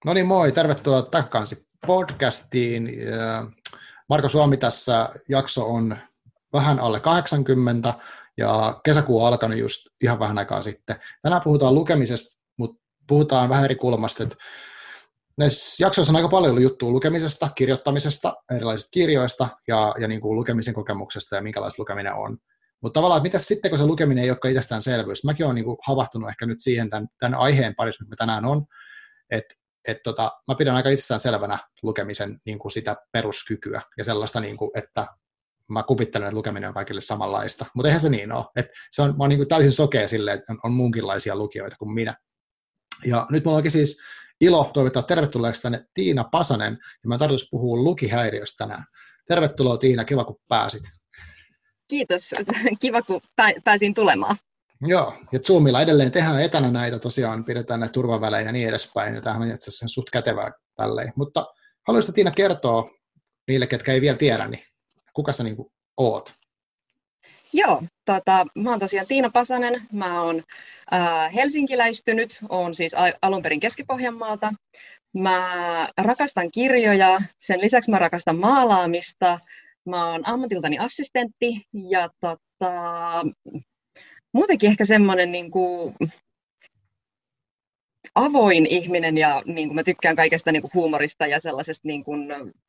No niin, moi. Tervetuloa takaisin podcastiin. Marko Suomi tässä. Jakso on vähän alle 80 ja kesäkuu on alkanut just ihan vähän aikaa sitten. Tänään puhutaan lukemisesta, mutta puhutaan vähän eri kulmasta. Näissä jaksoissa on aika paljon ollut juttua lukemisesta, kirjoittamisesta, erilaisista kirjoista ja niin kuin lukemisen kokemuksesta ja minkälaista lukeminen on. Mutta tavallaan, että mitä sitten, kun se lukeminen ei olekaan itsestäänselvyys? Mäkin olen niin kuin havahtunut ehkä nyt siihen tämän aiheen parissa, mitä tänään on, että mä pidän aika itsestään selvänä lukemisen niin kuin sitä peruskykyä ja sellaista, niin kuin, että mä kuvittelen, että lukeminen on kaikille samanlaista, mutta eihän se niin ole. Mä oon niin kuin täysin sokea silleen, että on muunkinlaisia lukijoita kuin minä. Ja nyt mulla onkin siis ilo toivottaa tervetulleeksi tänne Tiina Pasanen, ja mä tarkoitus puhua lukihäiriöstä tänään. Tervetuloa Tiina, kiva kun pääsit. Kiitos, kiva kun pääsin tulemaan. Joo, ja Zoomilla edelleen tehdään etänä näitä, tosiaan pidetään näitä turvavälejä ja niin edespäin, ja tämähän on itse asiassa suht kätevää tälleen. Mutta haluaisitko Tiina kertoa niille, ketkä ei vielä tiedä, niin kuka sä niin kuin oot? Joo, mä oon tosiaan Tiina Pasanen, mä oon helsinkiläistynyt, oon siis alun perin Keski-Pohjanmaalta. Mä rakastan kirjoja, sen lisäksi mä rakastan maalaamista, mä oon ammatiltani assistentti ja muutenkin ehkä semmoinen niin kuin avoin ihminen ja niin kuin mä tykkään kaikesta niin kuin huumorista ja sellaisesta niin kuin,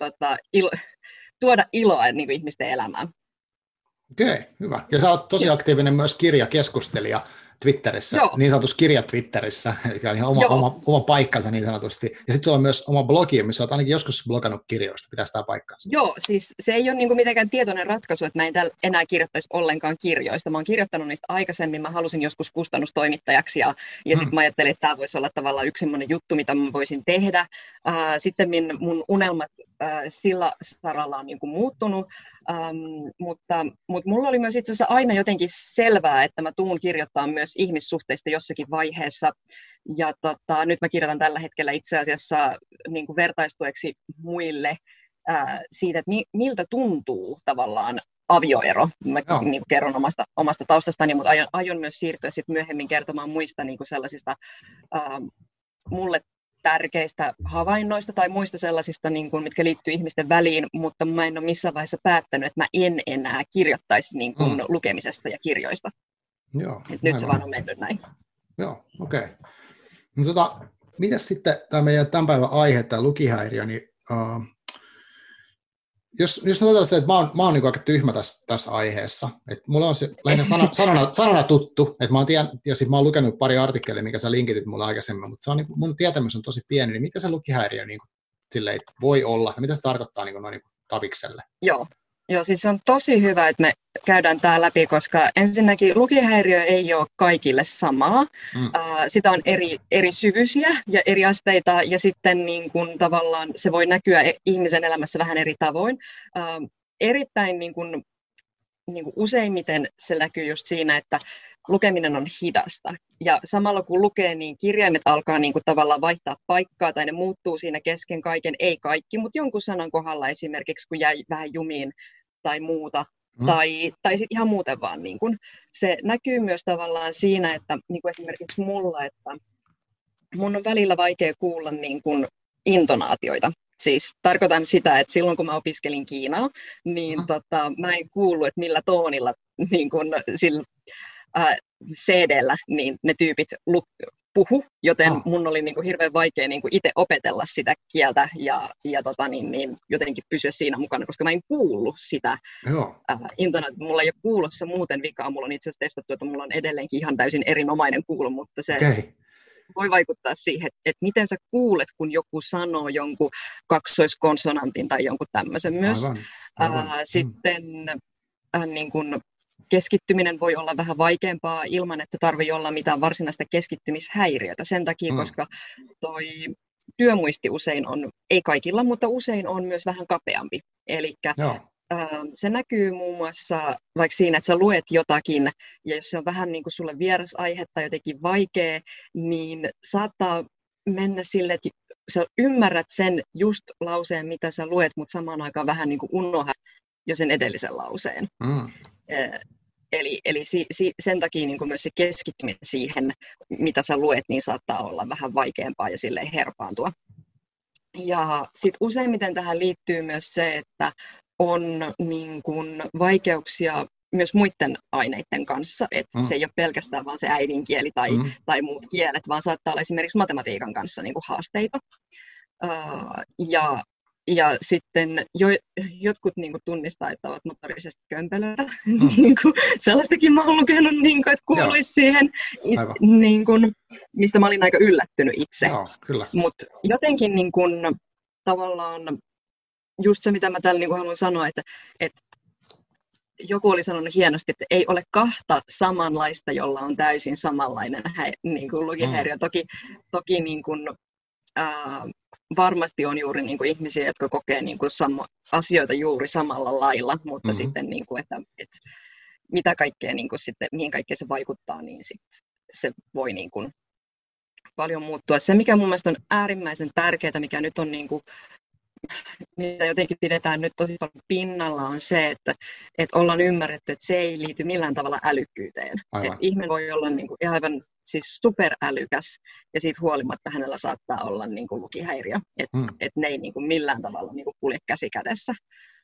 tuoda iloa niin kuin ihmisten elämään. Okei, hyvä. Ja sä oot tosi aktiivinen myös kirjakeskustelija Twitterissä, Joo. Niin sanotusti kirja Twitterissä, eli on ihan oma paikkansa niin sanotusti. Ja sitten sulla on myös oma blogi, missä olet ainakin joskus blogannut kirjoista. Pitää sitä paikkansa? Joo, siis se ei ole niin kuin mitenkään tietoinen ratkaisu, että mä en enää kirjoittaisi ollenkaan kirjoista. Mä oon kirjoittanut niistä aikaisemmin, mä halusin joskus kustannustoimittajaksi ja sitten mä ajattelin, että tämä voisi olla tavallaan yksi semmoinen juttu, mitä mä voisin tehdä. Sitten mun unelmat sillä saralla on niin kuin muuttunut, mutta mulla oli myös itse asiassa aina jotenkin selvää, että mä tuun kirjoittaa myös ihmissuhteista jossakin vaiheessa. Ja nyt mä kirjoitan tällä hetkellä itse asiassa niin kuin vertaistueksi muille siitä, että miltä tuntuu tavallaan avioero. Mä niin kuin kerron omasta taustastani, mutta aion myös siirtyä sit myöhemmin kertomaan muista niin kuin sellaisista mulle tärkeistä havainnoista tai muista sellaisista, niin kuin, mitkä liittyy ihmisten väliin, mutta mä en ole missään vaiheessa päättänyt, että mä en enää kirjoittaisi niin kuin lukemisesta ja kirjoista. Joo, nyt se vaan on mennyt näin. Joo, okei. No, mitäs sitten tämä meidän tämän päivän aihe, tämä lukihäiriö, niin jos otetaan sitä, että mä oon niin aika tyhmä tässä aiheessa, että mulla on se lähinnä sanana tuttu, että mä oon lukenut pari artikkelia, mikä sä linkitit mulle aikaisemmin, mutta se on, niin mun tietämys on tosi pieni, niin mitä se lukihäiriö niin silleen, voi olla, ja mitä se tarkoittaa niin noin tavikselle? Joo, siis on tosi hyvä, että me käydään tämä läpi, koska ensinnäkin lukihäiriö ei ole kaikille samaa. Sitä on eri syvyisiä ja eri asteita, ja sitten niin kuin tavallaan se voi näkyä ihmisen elämässä vähän eri tavoin. Erittäin niin kuin useimmiten se näkyy just siinä, että lukeminen on hidasta. Ja samalla kun lukee, niin kirjaimet alkaa niin kuin tavallaan vaihtaa paikkaa, tai ne muuttuu siinä kesken kaiken, ei kaikki, mutta jonkun sanan kohdalla esimerkiksi, kun jäi vähän jumiin tai muuta, tai sitten ihan muuten vaan. Niin kun. Se näkyy myös tavallaan siinä, että niin kuin esimerkiksi mulla, että mun on välillä vaikea kuulla niin kun intonaatioita. Siis tarkoitan sitä, että silloin kun mä opiskelin Kiinaa, niin mä en kuullut, että millä toonilla niin kun sillä CD-llä niin ne tyypit puhu, joten mun oli niin kuin hirveän vaikea niin kuin itse opetella sitä kieltä ja jotenkin pysyä siinä mukana, koska mä en kuullut sitä intonaatiota. Mulla ei ole kuulossa muuten vikaa, mulla on itse asiassa testattu, että mulla on edelleenkin ihan täysin erinomainen kuulo, mutta se voi vaikuttaa siihen, että miten sä kuulet, kun joku sanoo jonkun kaksoiskonsonantin tai jonkun tämmöisen myös. Aivan. Sitten niin kuin keskittyminen voi olla vähän vaikeampaa ilman, että tarvii olla mitään varsinaista keskittymishäiriötä. Sen takia, koska toi työmuisti usein on, ei kaikilla, mutta usein on myös vähän kapeampi. Eli se näkyy muun muassa vaikka siinä, että sä luet jotakin, ja jos se on vähän niin kuin sulle vieras aihe tai jotenkin vaikea, niin saattaa mennä sille, että sä ymmärrät sen just lauseen, mitä sä luet, mutta samaan aikaan vähän niin kuin unohdat jo sen edellisen lauseen. Eli sen takia niin kuin myös se keskittyminen siihen, mitä sä luet, niin saattaa olla vähän vaikeampaa ja silleen herpaantua. Ja sitten useimmiten tähän liittyy myös se, että on niin kun vaikeuksia myös muiden aineiden kanssa, että se ei ole pelkästään vaan se äidinkieli tai muut kielet, vaan saattaa olla esimerkiksi matematiikan kanssa niin kuin haasteita. Ja sitten jotkut niin kuin tunnistaa, että ovat motorisesti kömpelöitä. Niin kuin, sellaistakin mä oon lukenut, niin kuin, että kuuluisi siihen, niin kuin, mistä mä olin aika yllättynyt itse. Mutta jotenkin niin kuin, tavallaan just se, mitä mä täällä niin kuin haluan sanoa, että joku oli sanonut hienosti, että ei ole kahta samanlaista, jolla on täysin samanlainen niin kuin lukihäiriö. Toki niin kuin, varmasti on juuri niin kuin ihmisiä, jotka kokee niin kuin asioita juuri samalla lailla, mutta sitten, niin kuin, että mitä kaikkea, niin kuin sitten, mihin kaikkea se vaikuttaa, niin se voi niin kuin paljon muuttua. Se, mikä mun mielestä on äärimmäisen tärkeää, mikä nyt on niin kuin, mitä jotenkin pidetään nyt tosi paljon pinnalla, on se, että ollaan ymmärretty, että se ei liity millään tavalla älykkyyteen. Että ihminen voi olla niin kuin aivan siis superälykäs, ja siitä huolimatta hänellä saattaa olla niin kuin lukihäiriö. Että ne ei niin kuin millään tavalla niin kuin kulje käsi kädessä.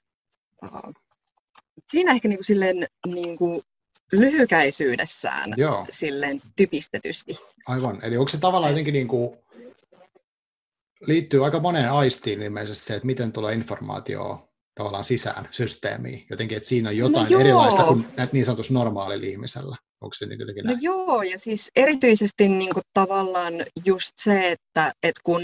Siinä ehkä niin kuin silleen, niin kuin lyhykäisyydessään silleen typistetysti. Aivan. Eli onko se tavallaan jotenkin niin kuin liittyy aika moneen aistiin ilmeisesti se, että miten tulee informaatio tavallaan sisään systeemiin. Jotenkin, että siinä on jotain erilaista kuin niin sanotusti normaalilla ihmisellä. Onko se niin jotenkin näin? Joo, ja siis erityisesti niin kuin tavallaan just se, että kun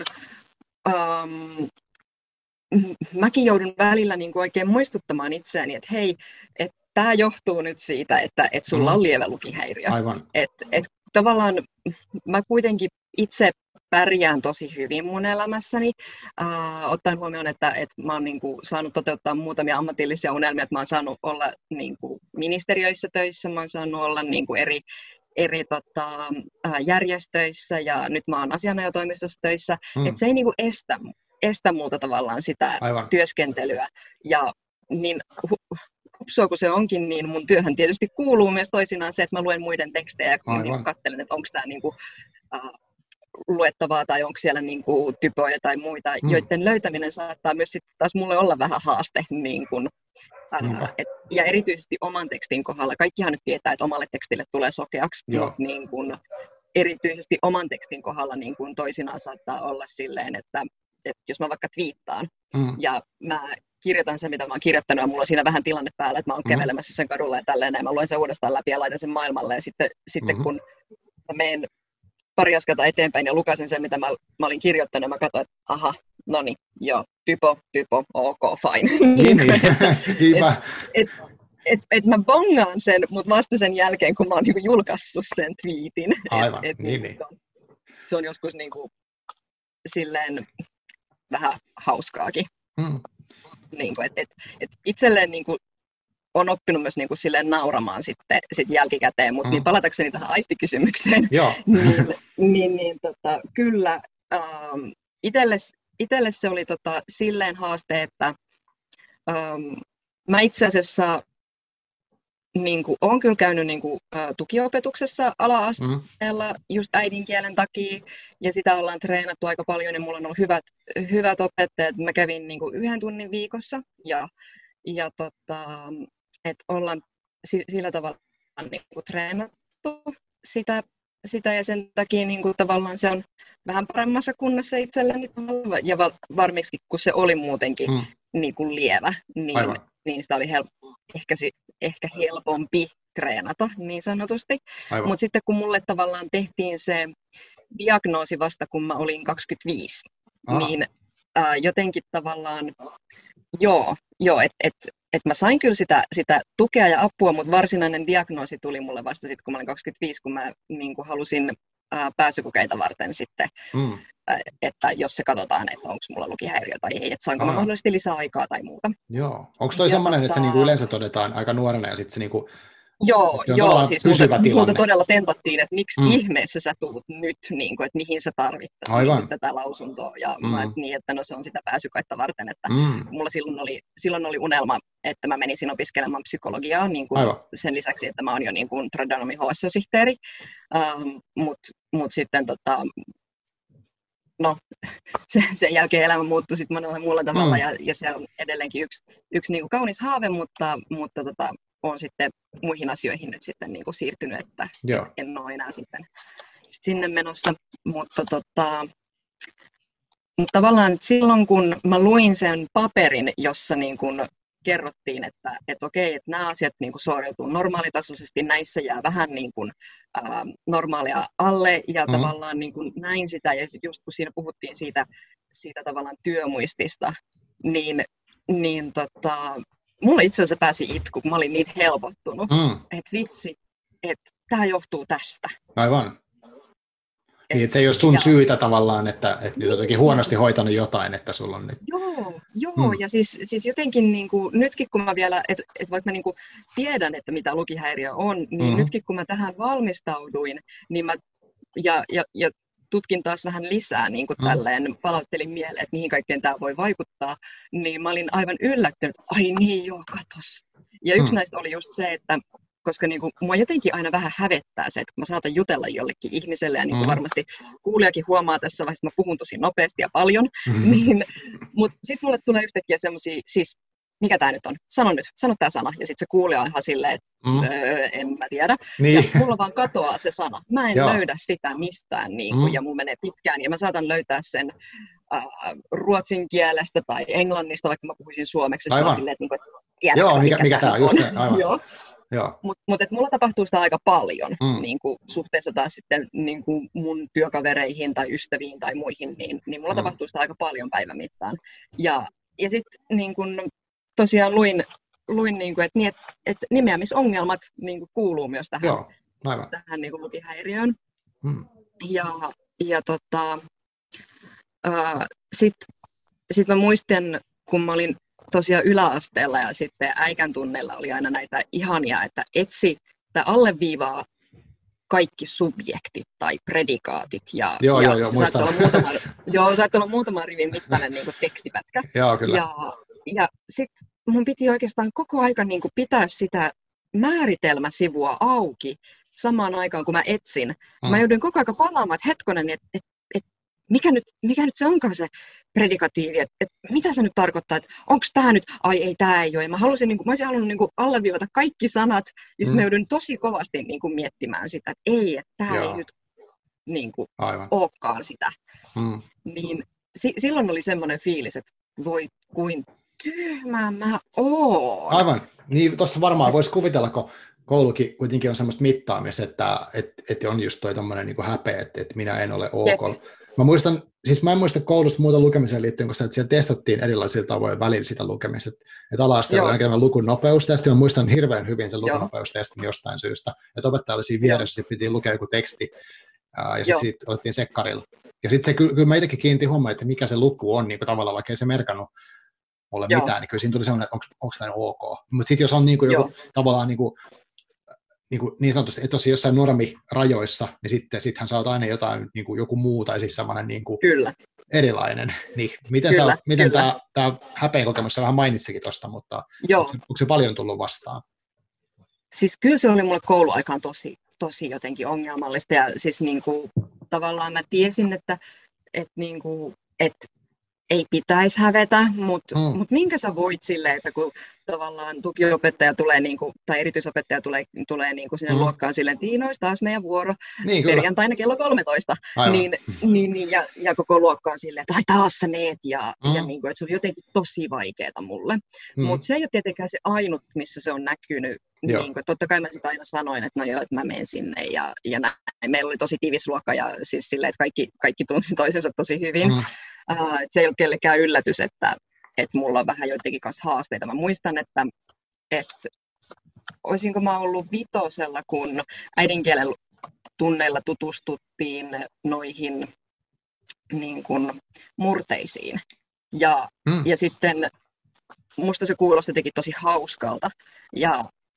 mäkin joudun välillä niin kuin oikein muistuttamaan itseäni, että hei, että tämä johtuu nyt siitä, että sulla on lievä lukihäiriö. Aivan. Että tavallaan mä kuitenkin itse pärjään tosi hyvin mun elämässäni, ottaen huomioon, että mä oon niin kuin saanut toteuttaa muutamia ammatillisia unelmia, että mä oon saanut olla niin kuin ministeriöissä töissä, mä oon saanut olla niin kuin eri järjestöissä ja nyt mä oon asianajotoimistossa töissä, että se ei niin kuin estä muuta tavallaan sitä työskentelyä. Ja niin hupsua kuin se onkin, niin mun työhön tietysti kuuluu myös toisinaan se, että mä luen muiden tekstejä ja niin katselen, että onko tämä niin kuin luettavaa tai onko siellä niin kuin typoja tai muita, joiden löytäminen saattaa myös sitten taas mulle olla vähän haaste. Niin kuin, ja erityisesti oman tekstin kohdalla. Kaikkihan nyt tietää, että omalle tekstille tulee sokeaksi, mutta niin kuin, erityisesti oman tekstin kohdalla niin kuin toisinaan saattaa olla silleen, että jos mä vaikka twiittaan ja mä kirjoitan sen, mitä mä oon kirjoittanut, ja mulla on siinä vähän tilanne päällä, että mä oon kävelemässä sen kadulla ja tälleen, ja mä luen sen uudestaan läpi ja laitan sen maailmalle, ja sitten kun mä menen pari askelta eteenpäin ja lukasin sen, mitä mä olin kirjoittanut, ja mä katsoin, että aha, no niin, joo, typo, ok, fine. Hyvä. Et mä bongaan sen, mutta vasta sen jälkeen, kun mä oon niinku julkaissut sen twiitin. Aivan, Se on joskus niinku silleen vähän hauskaakin. Niinku, et itselleen niinku on oppinut myös niinku silleen nauramaan sitten jälkikäteen, mutta niin palatakseni tähän aistikysymykseen, niin kyllä itselle se oli silleen haaste, että mä itse asiassa niinku, olen kyllä käynyt niinku, tukiopetuksessa ala-asteella just äidinkielen takia, ja sitä ollaan treenattu aika paljon, ja mulla on ollut hyvät opettajat. Mä kävin niinku 1 tunnin viikossa, ja että ollaan sillä tavalla niinku, treenattu sitä, ja sen takia niinku, tavallaan se on vähän paremmassa kunnossa itselleni, ja varmiksi kun se oli muutenkin niinku, lievä, niin sitä oli ehkä helpompi treenata niin sanotusti. Mutta sitten kun mulle tavallaan tehtiin se diagnoosi vasta kun mä olin 25, niin jotenkin tavallaan että mä sain kyllä sitä tukea ja apua, mutta varsinainen diagnoosi tuli mulle vasta sitten kun mä olin 25, kun mä niin kuin halusin pääsykokeita varten sitten, että jos se katsotaan, että onko mulla lukihäiriö tai ei, että saanko mä mahdollisesti lisää aikaa tai muuta. Joo. Onko toi semmoinen, että se niinku yleensä todetaan aika nuorena ja sitten se niinku, Joo, siis multa todella tentattiin, että miksi ihmeessä sä tulet nyt, niin kuin, että mihin sä tarvitset tätä lausuntoa. Ja mä niin, että no se on sitä pääsykoetta varten, että mulla silloin oli unelma, että mä menisin opiskelemaan psykologiaa niin kuin sen lisäksi, että mä oon jo niin kuin tradenomi HSO-sihteeri. Mut sitten no, sen jälkeen elämä muuttui sitten monella muulla tavalla ja se on edelleenkin yksi niin kuin kaunis haave, mutta olen sitten muihin asioihin nyt sitten niin kuin siirtynyt, että en ole enää sitten sinne menossa, mutta tavallaan silloin kun mä luin sen paperin, jossa niin kuin kerrottiin, että okei, että nämä asiat niin kuin suoriutuu normaalitasoisesti, näissä jää vähän niin kuin, normaalia alle ja tavallaan niin kuin näin sitä, ja just kun siinä puhuttiin siitä tavallaan työmuistista, niin mulla itse asiassa pääsi itku, kun mä olin niin helpottunut, että vitsi, että tämä johtuu tästä. Aivan. Niin, että se ei ole sun syytä tavallaan, että nyt jotenkin huonosti hoitanut jotain, että sulla on nyt. Joo, ja siis jotenkin niin kuin, nytkin kun mä vielä, että vaikka mä niin kuin tiedän, että mitä lukihäiriö on, niin nytkin kun mä tähän valmistauduin, niin mä ja tutkin taas vähän lisää, niin kuin tälleen palauttelin mieleen, että mihin kaikkeen tämä voi vaikuttaa, niin mä olin aivan yllättynyt, että ai niin joo, katos. Ja yksi näistä oli just se, että koska niin kuin, mua jotenkin aina vähän hävettää se, että kun mä saatan jutella jollekin ihmiselle, ja niin kuin varmasti kuulijakin huomaa tässä vaiheessa, että mä puhun tosi nopeasti ja paljon, mutta sitten mulle tulee yhtäkkiä semmoisia, siis mikä tämä nyt on? Sano tämä sana. Ja sitten se kuulija on ihan silleen, että en mä tiedä. Niin. Ja mulla vaan katoaa se sana. Mä en löydä sitä mistään, niin kuin, ja mun menee pitkään, ja mä saatan löytää sen ruotsin kielestä tai englannista, vaikka mä puhuisin suomeksi, silleen, että, niin kuin, että joo, mikä tämä on, just aivan. Mutta mulla tapahtuu sitä aika paljon niin kuin suhteessa taas sitten niin kuin mun työkavereihin tai ystäviin tai muihin, niin mulla tapahtuu sitä aika paljon mittaan. Ja sitten niin kuin, tosiaan luin niin kuin, että nimeämisongelmat niin kuin, kuuluu myös tähän niin kuin lukihäiriöön. Sit mä muistin, kun mä olin tosiaan yläasteella ja sitten äikän tunneilla oli aina näitä ihania, että etsi tai alleviivaa kaikki subjektit tai predikaatit ja saattoi olla muutaman rivin mittainen niin kuin tekstipätkä. Joo, kyllä. Ja sitten mun piti oikeastaan koko ajan niin kuin pitää sitä määritelmäsivua auki samaan aikaan, kun mä etsin. Mä joudun koko ajan palaamaan, että hetkonen, että mikä nyt se onkaan se predikatiivi, että mitä se nyt tarkoittaa, että onko tämä nyt, ai ei, tämä ei ole. Mä olisin halunnut niin kuin alleviivata kaikki sanat, ja sitten mä joudun tosi kovasti niin kuin miettimään sitä, että ei, että tämä ei nyt niin kuin olekaan sitä. Niin silloin oli semmoinen fiilis, että voi kuin tyhmä mä oon. Aivan. Niin tuossa varmaan voisi kuvitella, kun koulukin kuitenkin on semmoista mittaamista, että on just toi tommoinen niin kuin häpeä, että minä en ole ok. Mä en muista koulusta muuta lukemiseen liittyen, koska siellä testattiin erilaisilla tavoin välillä sitä lukemista. Että ala-asteella oli ainakin lukunopeustesti. Mä muistan hirveän hyvin sen lukunopeustestin jostain syystä. Että opettaja oli siinä vieressä, piti lukea joku teksti, ja sitten otettiin sekkarilla. Ja sitten kyllä mä itsekin kiinnitin huomioon, että mikä se luku on, niin kuin tavallaan, vaikka ei se merkannut mulle mitään, niin kyllä siinä tuli sellainen, että onko tämä ok. Mutta sitten jos on niin kuin joku tavallaan niin sanotusti, että tosiaan jossain normirajoissa, niin sittenhän sä oot aina jotain, niin kuin joku muu, tai siis semmoinen niin kuin erilainen. Niin, miten tämä häpeän kokemus, sä vähän mainitsikin tuosta, mutta onko se paljon tullut vastaan? Siis kyllä se oli mulle kouluaikaan tosi jotenkin ongelmallista, ja siis niin kuin, tavallaan mä tiesin, että ei pitäisi hävetä, mutta minkä sä voit silleen, että kun tavallaan tukiopettaja tulee, tai erityisopettaja tulee sinne luokkaan silleen, Tiinois, taas meidän vuoro, perjantaina kello 13, ja koko luokka on silleen, että ai taas sä meet, ja niin kuin, että se oli jotenkin tosi vaikeaa mulle. Mutta se ei ole tietenkään se ainut, missä se on näkynyt. Niin kuin, totta kai mä sitä aina sanoin, että no joo, että mä menen sinne, ja näin. Meillä oli tosi tiivis luokka, ja siis silleen, että kaikki tunsi toisensa tosi hyvin. Se ei ole kellekään yllätys, että mulla on vähän jotenkin kanssa haasteita. Mä muistan, että olisinko mä ollut 5, kun äidinkielen tunneilla tutustuttiin noihin niin kuin murteisiin. Ja sitten musta se kuulosti jotenkin tosi hauskalta. Ja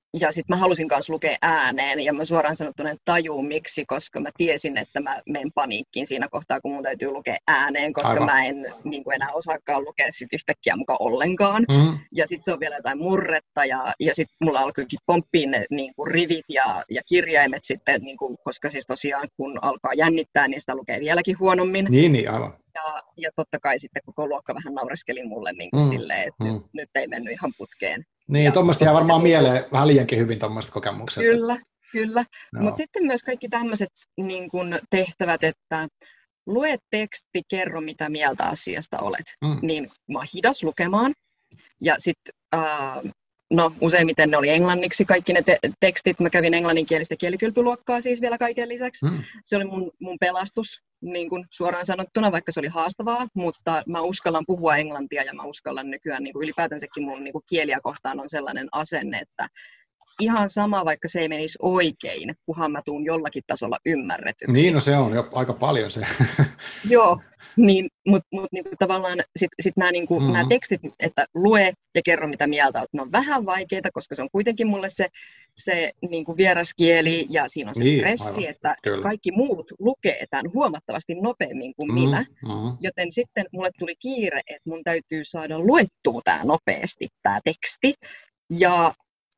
ja sitten mä halusin kanssa lukea ääneen, ja mä suoraan sanottuna en tajuu miksi, koska mä tiesin, että mä menen paniikkiin siinä kohtaa, kun mun täytyy lukea ääneen, koska Aivan. mä en niin kuin enää osaakaan lukea sit yhtäkkiä mukaan ollenkaan. Ja sitten se on vielä jotain murretta, ja sitten mulla alkoikin pomppiin ne niin kuin rivit ja kirjaimet sitten, niin kuin, koska siis tosiaan kun alkaa jännittää, niin sitä lukee vieläkin huonommin. Niin, aivan. Ja totta kai sitten koko luokka vähän naureskeli mulle niin kuin silleen, että nyt ei mennyt ihan putkeen. Niin, tuommoista jää varmaan mieleen vähän liiankin hyvin tuommoiset kokemukset. Kyllä. Mutta sitten myös kaikki tämmöiset niin kun tehtävät, että lue teksti, kerro mitä mieltä asiasta olet. Niin mä oon hidas lukemaan. Ja sitten, useimmiten ne oli englanniksi kaikki ne tekstit. Mä kävin englanninkielistä kielikylpyluokkaa siis vielä kaiken lisäksi. Se oli mun pelastus, niin kuin suoraan sanottuna, vaikka se oli haastavaa. Mutta mä uskallan puhua englantia ja mä uskallan nykyään niin kuin ylipäätänsäkin mun niin kuin kieliä kohtaan on sellainen asenne, että ihan sama, vaikka se ei menisi oikein, kunhan mä tuun jollakin tasolla ymmärretyksi. Niin, no se on jo aika paljon se. Joo, mutta niinku tavallaan sit nämä tekstit, että lue ja kerro mitä mieltä olet, ne on vähän vaikeita, koska se on kuitenkin mulle se niinku vieraskieli ja siinä on se stressi, aivan. Että kyllä. Kaikki muut lukee tämän huomattavasti nopeammin kuin minä, joten sitten mulle tuli kiire, että mun täytyy saada luettua tämä nopeasti, tämä teksti, ja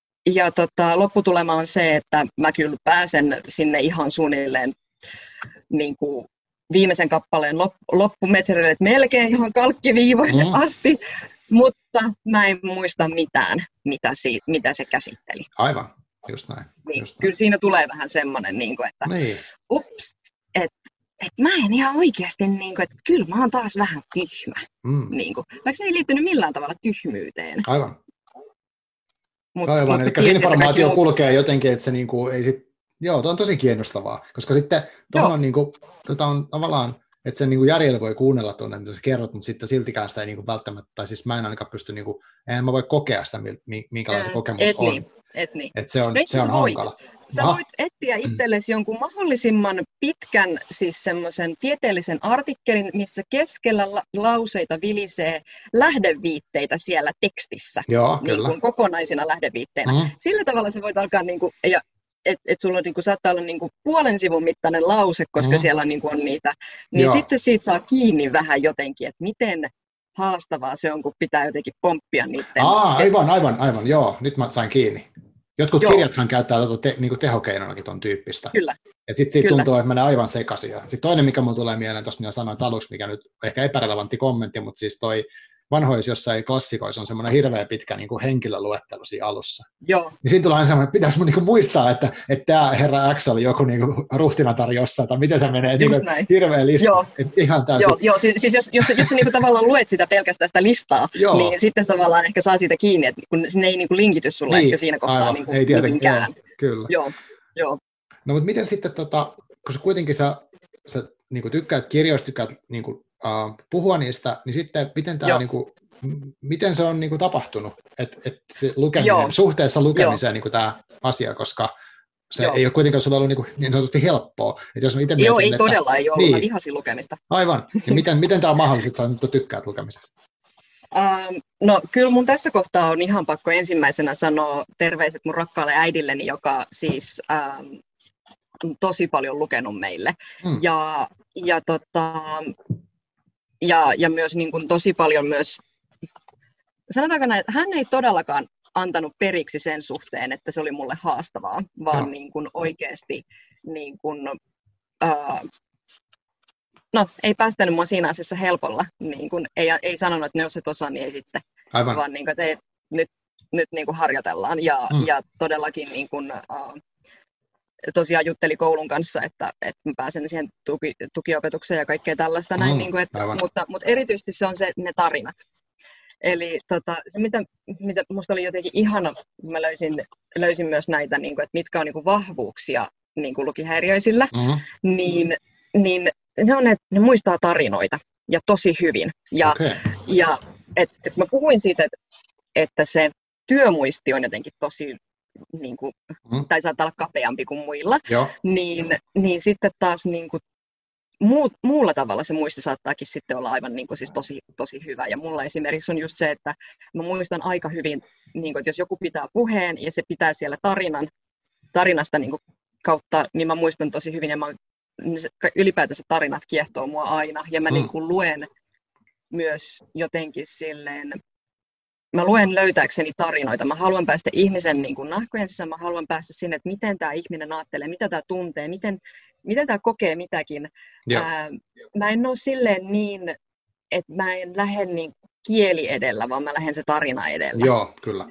lopputulema on se, että mä kyllä pääsen sinne ihan suunnilleen niin kuin viimeisen kappaleen loppumetreille, että melkein ihan kalkkiviivoille asti, mutta mä en muista mitään, mitä se käsitteli. Aivan, just näin. Niin, kyllä siinä tulee vähän semmoinen, niin kuin, että ups, että mä en ihan oikeasti, niin kuin, että kyllä mä oon taas vähän tyhmä. Niin kuin, vaikka se ei liittynyt millään tavalla tyhmyyteen. Aivan. Aivan, eli se informaatio kulkee jotenkin, että se niinku ei sit, joo, tämä on tosi kiinnostavaa, koska sitten tuohon on niinku, on tavallaan, että sen niinku järjellä voi kuunnella tuonne, mitä sä kerrot, mutta sitten siltikään sitä ei niinku välttämättä, tai siis mä en ainakaan pysty, niinku, en mä voi kokea sitä, minkälainen se kokemus on. Että se on hankala. Sä voit etsiä itsellesi jonkun mahdollisimman pitkän, siis semmoisen tieteellisen artikkelin, missä keskellä lauseita vilisee lähdeviitteitä siellä tekstissä. Joo, niin kuin kokonaisina lähdeviitteinä. Sillä tavalla sä voit alkaa, niin kuin, että sulla niin kuin, saattaa olla niin kuin puolen sivun mittainen lause, koska siellä niin kuin on niitä. Niin sitten siitä saa kiinni vähän jotenkin, että miten haastavaa se on, kun pitää jotenkin pomppia niiden. Aivan, joo, nyt mä sain kiinni. Jotkut kirjathan käyttää niinku tehokeinonakin ton tyyppistä. Kyllä. Ja sitten siitä tuntuu, että menee aivan sekaisin. Sitten toinen, mikä mulle tulee mieleen, tuossa minä sanoin aluksi, mikä nyt ehkä epärelevantti kommentti, mutta siis toi vanhoissa jossain klassikoissa on semmoinen hirveä pitkä niin kuin henkilöluettelo siinä alussa. Joo. Niin siinä tulee aina semmoinen, että pitäisi mun niin muistaa, että tämä herra X oli joku niin kuin ruhtinatar jossain, tai miten se menee, niin hirveä lista. Joo. Ihan täysin. Joo, siis jos sä niin kuin tavallaan luet sitä pelkästään sitä listaa, niin sitten tavallaan ehkä saa siitä kiinni, että kun sinne ei niin kuin linkity sulle ehkä siinä kohtaa niin kuin ei tietenkään. Kyllä. Joo. No mutta miten sitten, kun sä kuitenkin sä niin kuin tykkäät kirjoista, tykkäät niin kuin, puhua niistä, niin sitten miten tämä niinku, miten se on niinku tapahtunut, että se lukeminen, suhteessa lukemiseen niinku tämä asia, koska se ei ole kuitenkaan sulla ollut niin sanotusti helppoa. Että jos itse mietin, ei todella, ei ollut, mä vihasin lukemista. Aivan, ja miten tämä on mahdollista, että sä nyt tykkäät lukemisesta? No kyllä mun tässä kohtaa on ihan pakko ensimmäisenä sanoa terveiset mun rakkaalle äidilleni, joka siis on tosi paljon lukenut meille. Ja myös niin kuin tosi paljon myös, sanotaanko näin, että hän ei todellakaan antanut periksi sen suhteen, että se oli mulle haastavaa, vaan niin kuin oikeasti niin kuin, ei päästänyt mua siinä asiassa helpolla. Niin kuin, ei sanonut, että jos et osaa, niin ei sitten. Aivan. Vaan niin kuin, että nyt niin kuin harjoitellaan. Ja todellakin niin kuin, tosiaan jutteli koulun kanssa, että mä pääsen siihen tukiopetukseen ja kaikkea tällaista. Näin, niin kuin, mutta erityisesti se on ne tarinat. Eli se, mitä musta oli jotenkin ihana, mä löysin myös näitä, niin kuin, että mitkä on niin kuin vahvuuksia niin kuin lukihäiriöisillä, niin se on, että ne muistaa tarinoita ja tosi hyvin. Ja et mä puhuin siitä, että se työmuisti on jotenkin tosi, niin kuin, tai saattaa olla kapeampi kuin muilla, niin sitten taas niin kuin, muulla tavalla se muisti saattaakin sitten olla aivan niin kuin siis tosi hyvä. Ja mulla esimerkiksi on just se, että mä muistan aika hyvin, niin kuin, että jos joku pitää puheen ja se pitää siellä tarinasta niin kuin kautta, niin mä muistan tosi hyvin ja ylipäätänsä tarinat kiehtoo mua aina. Ja mä niin kuin luen myös jotenkin silleen, mä luen löytääkseni tarinoita. Mä haluan päästä ihmisen niin kuin nahkojen sisään, mä haluan päästä sinne, että miten tämä ihminen ajattelee, mitä tämä tuntee, miten tämä kokee mitäkin. Mä en ole silleen niin, että mä en lähde niin kieli edellä, vaan mä lähden se tarina edellä. Joo, kyllä.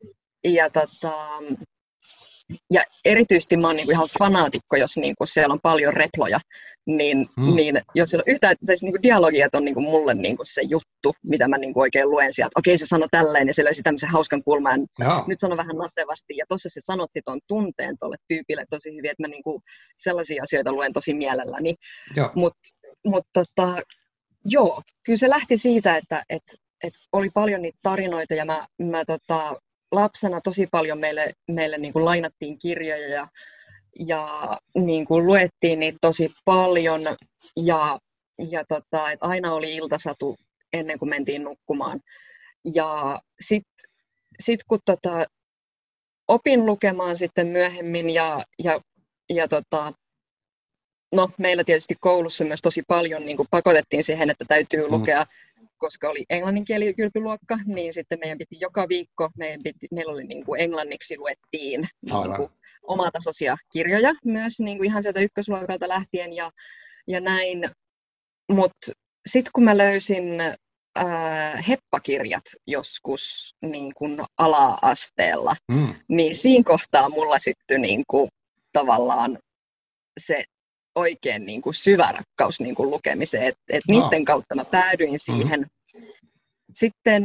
Ja erityisesti mä oon niinku ihan fanaatikko, jos niinku siellä on paljon reploja, niin jos siellä on yhtään niinku dialogia, on niinku mulle niinku se juttu, mitä mä niinku oikein luen sieltä. Okei, se sanoi tälleen ja se löysi tämmöisen hauskan kulman. Nyt sano vähän nasevasti ja tuossa se sanotti ton tunteen tuolle tyypille tosi hyvin, että mä niinku sellaisia asioita luen tosi mielelläni. Mutta joo, kyllä se lähti siitä, että oli paljon niitä tarinoita ja mä lapsena tosi paljon meille niin kuin lainattiin kirjoja ja niin kuin luettiin niitä tosi paljon ja et aina oli iltasatu ennen kuin mentiin nukkumaan. Ja sit kun opin lukemaan sitten myöhemmin no meillä tietysti koulussa myös tosi paljon niin kuin pakotettiin siihen, että täytyy lukea, koska oli englanninkieli kylpyluokka, niin sitten meidän piti joka viikko, meillä oli niin kuin englanniksi luettiin niin kuin omatasoisia kirjoja myös niin kuin ihan sieltä ykkösluokalta lähtien ja näin. Mutta sitten kun mä löysin heppakirjat joskus niin kuin ala-asteella, niin siinä kohtaa mulla syttyi niin kuin tavallaan se oikein niin kuin syvä rakkaus niin kuin lukemiseen, että niiden kautta mä päädyin siihen. Sitten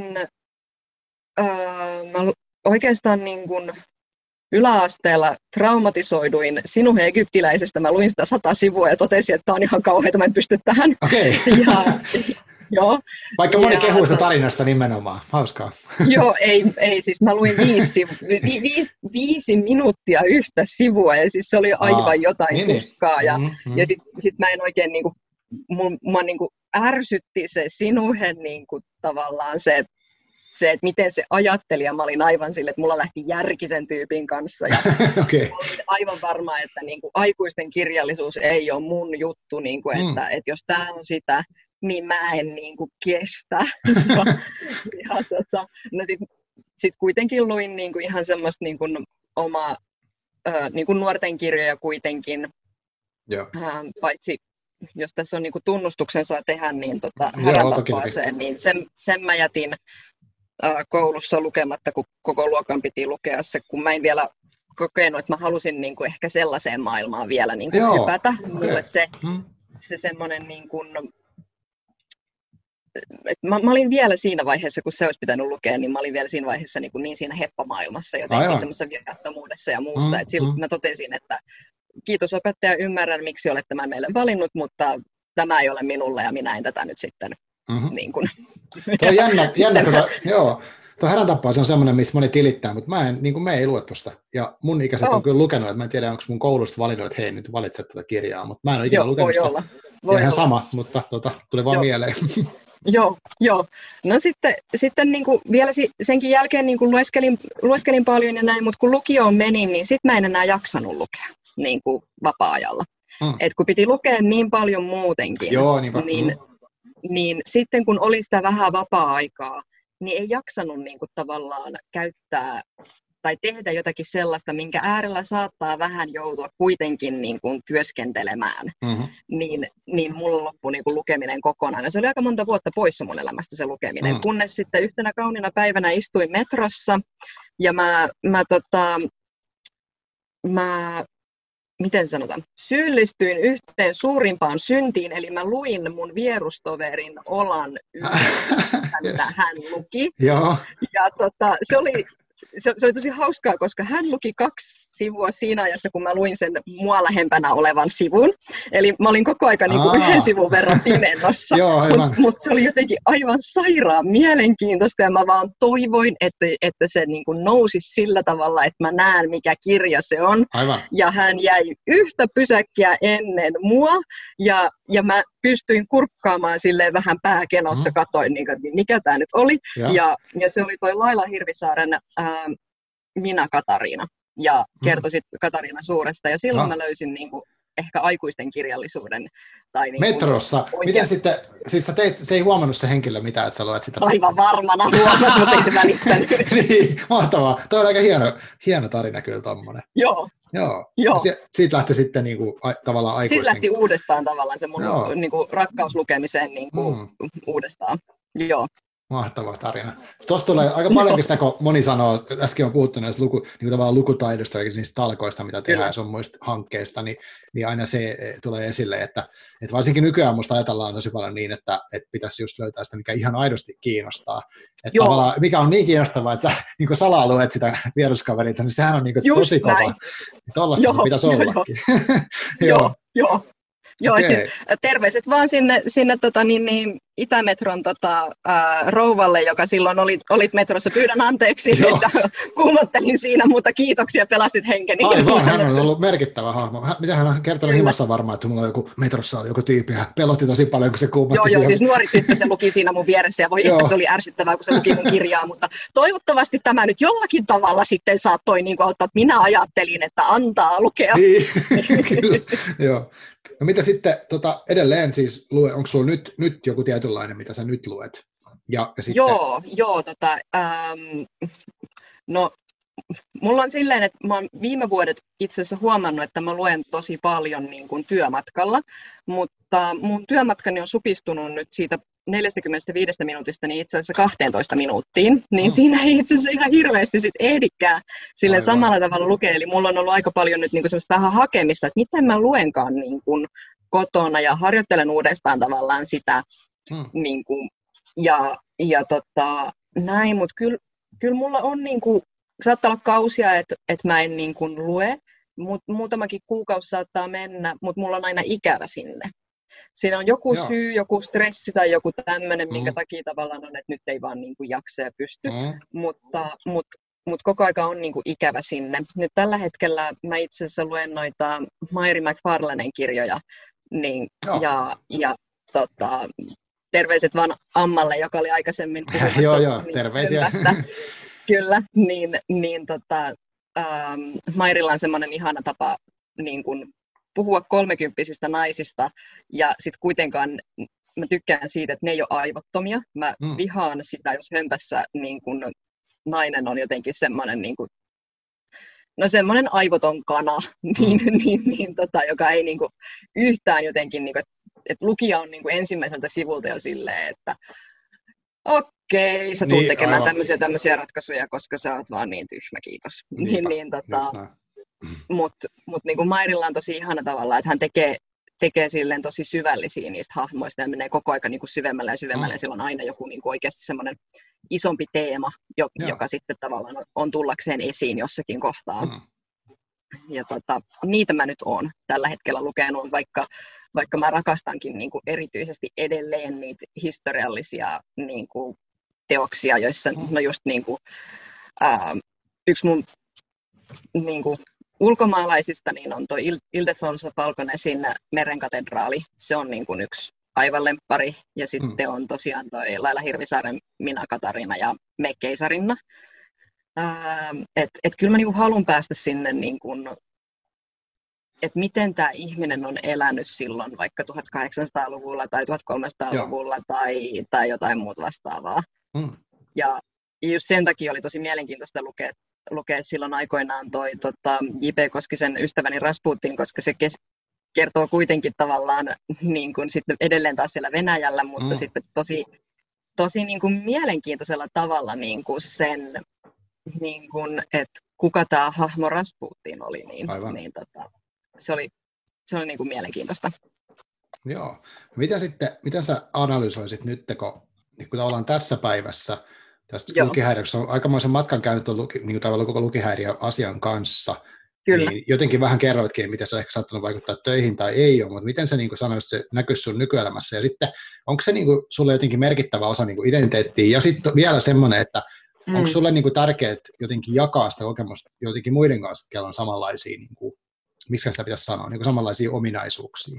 mä oikeastaan niin kuin yläasteella traumatisoiduin Sinun egyptiläisestä. Mä luin sitä 100 sivua ja totesin, että tää on ihan kauheata, mä en pysty tähän. Okay. Joo. Vaikka moni kehuu sitä tarinasta nimenomaan. Hauskaa. Joo, ei siis mä luin 5 minuuttia yhtä sivua ja siis se oli aivan jotain tuskaa. Ja sit mä en oikein niinku, mua niinku ärsytti se Sinuhen niinku tavallaan se, että miten se ajatteli ja mä olin aivan sille, että mulla lähti järki sen tyypin kanssa ja okay. Mä olin aivan varma, että niinku aikuisten kirjallisuus ei ole mun juttu, niinku, että jos tää on sitä, niin mä en niinku kestä. No sit kuitenkin luin niinku ihan semmoista niinku omaa niinku nuorten kirjoja kuitenkin, paitsi jos tässä on niinku tunnustuksen saa tehdä, niin Häräntapaaseen, niin sen mä jätin koulussa lukematta, kun koko luokan piti lukea se, kun mä en vielä kokenut, että mä halusin niinku ehkä sellaiseen maailmaan vielä niinku hypätä. Mulle se semmoinen niinku, mä olin vielä siinä vaiheessa, kun se olisi pitänyt lukea, niin mä olin vielä siinä vaiheessa niin siinä heppamaailmassa, jotenkin semmoisessa viattomuudessa ja muussa. Silloin mä totesin, että kiitos opettaja, ymmärrän, miksi olet tämän meille valinnut, mutta tämä ei ole minulle ja minä en tätä nyt sitten niin kuin. Tuo on jännä tuo Häräntapaus on semmoinen, missä moni tilittää, mutta me ei lue tuosta. Ja mun ikäiset on kyllä lukenut, että mä en tiedä, onko mun koulusta valinnut, että hei, nyt valitset tätä kirjaa, mutta mä en ole ikinä lukenut sitä. Voi ihan sama, mutta tuli vaan mieleen. Joo. No sitten niin kuin vielä senkin jälkeen niin kuin lueskelin paljon ja näin, mutta kun lukioon menin, niin sitten mä en enää jaksanut lukea niin kuin vapaa-ajalla. Et kun piti lukea niin paljon muutenkin, niin sitten kun oli sitä vähän vapaa-aikaa, niin ei jaksanut niin kuin tavallaan käyttää tai tehdä jotakin sellaista, minkä äärellä saattaa vähän joutua kuitenkin niin kuin työskentelemään, niin mulla loppui niin kuin lukeminen kokonaan. Ja se oli aika monta vuotta poissa mun elämästä se lukeminen, kunnes sitten yhtenä kauniina päivänä istuin metrossa ja mä miten sanotaan, syyllistyin yhteen suurimpaan syntiin, eli mä luin mun vierustoverin Olan yhdessä, mitä hän luki. Joo. Ja se oli se oli tosi hauskaa, koska hän luki 2 sivua siinä ajassa, kun mä luin sen mua lähempänä olevan sivun. Eli mä olin koko ajan niin kuin 1 sivun verran pimennossa, mutta se oli jotenkin aivan sairaan mielenkiintoista ja mä vaan toivoin, että se niin kuin nousisi sillä tavalla, että mä näen, mikä kirja se on. Aivan. Ja hän jäi yhtä pysäkkiä ennen mua ja mä pystyin kurkkaamaan silleen vähän pääkenossa, katoin, niin, mikä tämä nyt oli. Ja se oli toi Laila Hirvisaaren Minä Katariina. Ja kertoi sitten Katariina Suuresta. Ja silloin mä löysin niin kuin, ehkä aikuisten kirjallisuuden. Tai niin kuin, metrossa. Miten sitten, siis se ei huomannut se henkilö mitään, että sä luet sitä? Aivan varmana huomasi, mutta ei se välittänyt. Niin, mahtavaa. Toi on aika hieno tarina kyllä tommonen. Joo. Siitä lähti sitten niinku, tavallaan aikuisten. Siitä lähti uudestaan tavallaan se mun niinku, rakkaus lukemiseen niinku, uudestaan. Joo. Mahtava tarina. Tuossa tulee aika paljonkin sitä, kun moni sanoo, äsken on puhuttu näistä niin lukutaidosta ja niistä talkoista, mitä tehdään sun muista hankkeista, niin aina se tulee esille, että varsinkin nykyään musta ajatellaan tosi paljon niin, että pitäisi just löytää sitä, mikä ihan aidosti kiinnostaa. Että tavallaan, mikä on niin kiinnostavaa, että sä niin salaa luet sitä vieruskaverilta, niin sehän on niin tosi kova. Tuollaista se pitäisi ollakin. Joo, okay. Siis terveiset vaan sinne Itämetron rouvalle, joka silloin olit metrossa. Pyydän anteeksi, että kuumottelin siinä, mutta kiitoksia, pelastit henkeni. Aivan, hän on ollut merkittävä hahmo. Mitä hän on kertonut himassa varmaan, että mulla on metrossa oli joku tyyppi ja pelotti tosi paljon, kun se kuumotti. Joo, siis nuori tyttö se luki siinä mun vieressä ja voi että se oli ärsyttävää, kun se luki mun kirjaa, mutta toivottavasti tämä nyt jollakin tavalla sitten saattoi niin kuin auttaa, että minä ajattelin, että antaa lukea. Niin, kyllä, joo. No mitä sitten edelleen siis, onko sulla nyt joku tietynlainen, mitä sä nyt luet? Ja sitten... No mulla on silleen, että mä oon viime vuodet itse asiassa huomannut, että mä luen tosi paljon niin kuin työmatkalla, mutta mun työmatkani on supistunut nyt siitä 45 minuutista niin itse asiassa 12 minuuttiin, niin siinä ei itse asiassa ihan hirveästi sit ehdikään sille samalla tavalla lukea. Eli mulla on ollut aika paljon nyt niin kuin semmoista vähän hakemista, että miten mä luenkaan niin kuin kotona ja harjoittelen uudestaan tavallaan sitä niin kuin, näin, mutta kyllä mulla on niin kuin, saattaa olla kausia, että mä en niin kuin lue, mutta muutamakin kuukausi saattaa mennä, mutta mulla on aina ikävä sinne. Siinä on joku syy, joku stressi tai joku tämmöinen, minkä takia tavallaan on, että nyt ei vaan niin kuin jaksa ja pysty, mutta koko aika on niin kuin ikävä sinne. Nyt tällä hetkellä mä itse asiassa luen noita Mary McFarlanen kirjoja, niin, ja terveiset vaan Ammalle, joka oli aikaisemmin puhumassa. Joo, terveisiä. Kyllä, Mairilla on semmoinen ihana tapa niin kuin puhua 30-vuotiaista naisista, ja sitten kuitenkaan mä tykkään siitä, että ne ei ole aivottomia. Mä vihaan sitä, jos hömpässä niin kun nainen on jotenkin semmoinen, niin kun, semmoinen aivoton kana, joka ei niin kun, yhtään jotenkin, niin kun, että lukija on niin kun, ensimmäiseltä sivulta jo silleen, että okei, sä tulet tekemään tämmöisiä ratkaisuja, koska sä oot vaan niin tyhmä, kiitos. Mutta niin kuin Mairilla on tosi ihana tavalla, että hän tekee silleen tosi syvällisiä niistä hahmoista ja menee koko ajan niin kuin syvemmälle ja syvemmälle. Ja sillä on aina joku niin kuin oikeasti semmoinen isompi teema, joka sitten tavallaan on tullakseen esiin jossakin kohtaa. Ja niitä mä nyt oon tällä hetkellä lukenut, vaikka mä rakastankin niin kuin erityisesti edelleen niitä historiallisia niin kuin teoksia, joissa just niin kuin, yksi mun niin kuin, ulkomaalaisista niin on tuo Ildefonso Falconesin Merenkatedraali. Se on niin kuin yksi aivan lemppari. Ja sitten on tosiaan toi Laila Hirvisaaren Minä Katariina ja Me Keisarinna. Et kyllä mä niin kuin haluan päästä sinne, niin kuin, että miten tämä ihminen on elänyt silloin vaikka 1800-luvulla tai 1300-luvulla tai jotain muuta vastaavaa. Ja just sen takia oli tosi mielenkiintoista lukea silloin aikoinaan toi J.P. Koskisen Ystäväni Rasputin, koska se kertoo kuitenkin tavallaan niin kuin sitten edelleen taas siellä Venäjällä, mutta sitten tosi niin kuin mielenkiintoisella tavalla niin kuin sen, niin kuin, että kuka tämä hahmo Rasputin oli, se oli niin kuin mielenkiintoista. Joo. Miten sä analysoisit nyt, kun tavallaan tässä päivässä tästä lukihäiriöstä on aikamoisen matkan käynyt niin tavallaan koko lukihäiriöasian kanssa. Kyllä. Niin jotenkin vähän kerroitkin, miten se on ehkä saattanut vaikuttaa töihin tai ei ole, mutta miten se niin kuin sanoisit, se näkyisi sun nykyelämässä, ja sitten onko se niin kuin sulle jotenkin merkittävä osa niin kuin identiteettiä, ja sitten vielä semmoinen, että onko sulle niin kuin tärkeää jotenkin jakaa sitä kokemusta jotenkin muiden kanssa, kello on samanlaisia, niin kuin, miksi sitä pitäisi sanoa, niin kuin samanlaisia ominaisuuksia?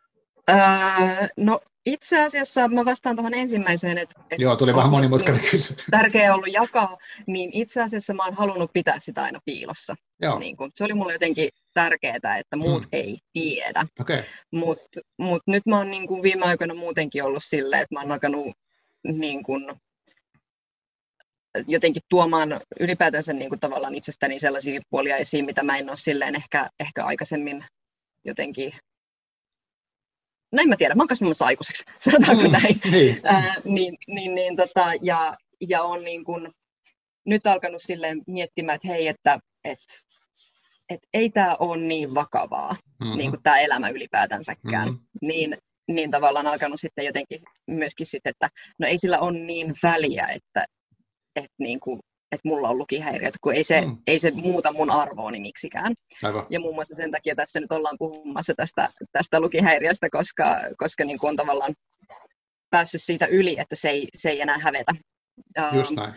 No itse asiassa mä vastaan tuohon ensimmäiseen, että joo, tuli vähän monimutkainen kysymys. Tärkeää ollut jakaa, niin itse asiassa mä oon halunnut pitää sitä aina piilossa. Niin kun, se oli mulle jotenkin tärkeää, että muut ei tiedä. Okay. Mut nyt mä oon niin kun viime aikoina muutenkin ollut silleen, että mä oon alkanut niin kun, jotenkin tuomaan ylipäätänsä niin kun, tavallaan itsestäni sellaisia puolia esiin, mitä mä en ole silleen ehkä aikaisemmin jotenkin. No en mä tiedä, mä oon kasvamassa aikuiseksi, sanotaanko näin. Ja on niin kun nyt alkanut silleen miettimään, että hei, että ei tää ole niin vakavaa, niin kuin tää elämä ylipäätänsäkään. Niin tavallaan alkanut sitten jotenkin myöskin sitten, että no ei sillä ole niin väliä, että mulla on lukihäiriöt, kun ei se muuta mun arvooni miksikään. Aivan. Ja muun muassa sen takia tässä nyt ollaan puhumassa tästä lukihäiriöstä, koska niin kuin on tavallaan päässyt siitä yli, että se ei enää hävetä. Just näin.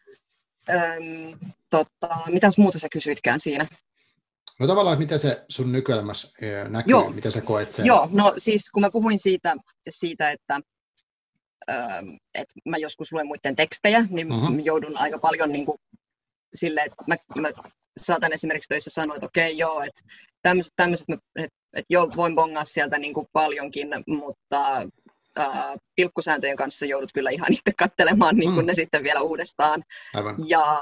Mitäs muuta sä kysyitkään siinä? No tavallaan, että miten se sun nykyelämässä näkyy, miten sä koet sen? Joo, no siis kun mä puhuin siitä että mä joskus luen muiden tekstejä, niin joudun aika paljon niin kuin silleen, että mä saatan esimerkiksi töissä sanoa, että okei, joo, että tämmöiset että joo, voin bongaa sieltä niin kuin paljonkin, mutta pilkkusääntöjen kanssa joudut kyllä ihan itse katselemaan niin kuin ne sitten vielä uudestaan. Aivan.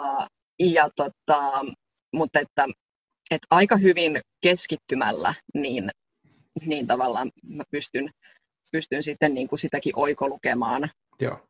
Mutta että aika hyvin keskittymällä, niin tavallaan mä pystyn sitten niin kuin sitäkin oikolukemaan. Joo.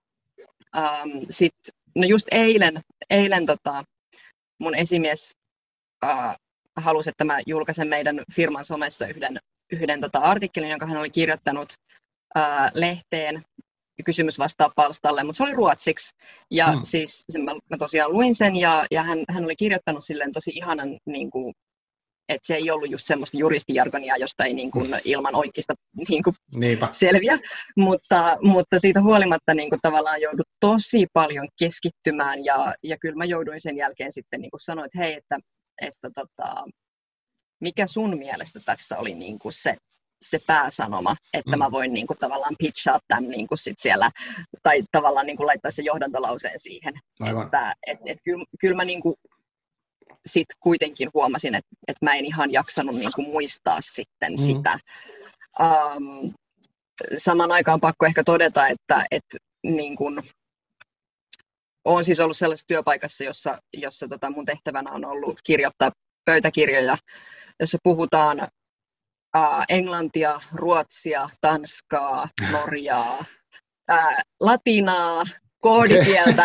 No just eilen mun esimies halusi, että mä julkaisen meidän firman somessa yhden artikkelin, jonka hän oli kirjoittanut lehteen kysymys-vastaa-palstalle, mutta se oli ruotsiksi. Ja siis mä tosiaan luin sen ja hän oli kirjoittanut silleen tosi ihanan, niin kuin, että se ei ollut just semmoista juristijargonia, josta ei niin kuin, ilman oikeista niin kuin, selviä, mutta siitä huolimatta niin kuin, tavallaan joudut tosi paljon keskittymään ja kyllä mä jouduin sen jälkeen sitten niin kuin sanoa, että hei, että mikä sun mielestä tässä oli niin kuin se pääsanoma, että mä voin niin kuin, tavallaan pitchaa tämän niin kuin, sit siellä, tai tavallaan niin kuin, laittaa sen johdantolauseen siihen. Aivan. Että kyllä mä niin kuin, sit kuitenkin huomasin, että mä en ihan jaksanut niin kuin, muistaa sitten sitä. Samaan aikaan pakko ehkä todeta, että niin kuin, olen siis ollut sellaisessa työpaikassa, jossa mun tehtävänä on ollut kirjoittaa pöytäkirjoja, jossa puhutaan englantia, ruotsia, tanskaa, norjaa, latinaa, koodikieltä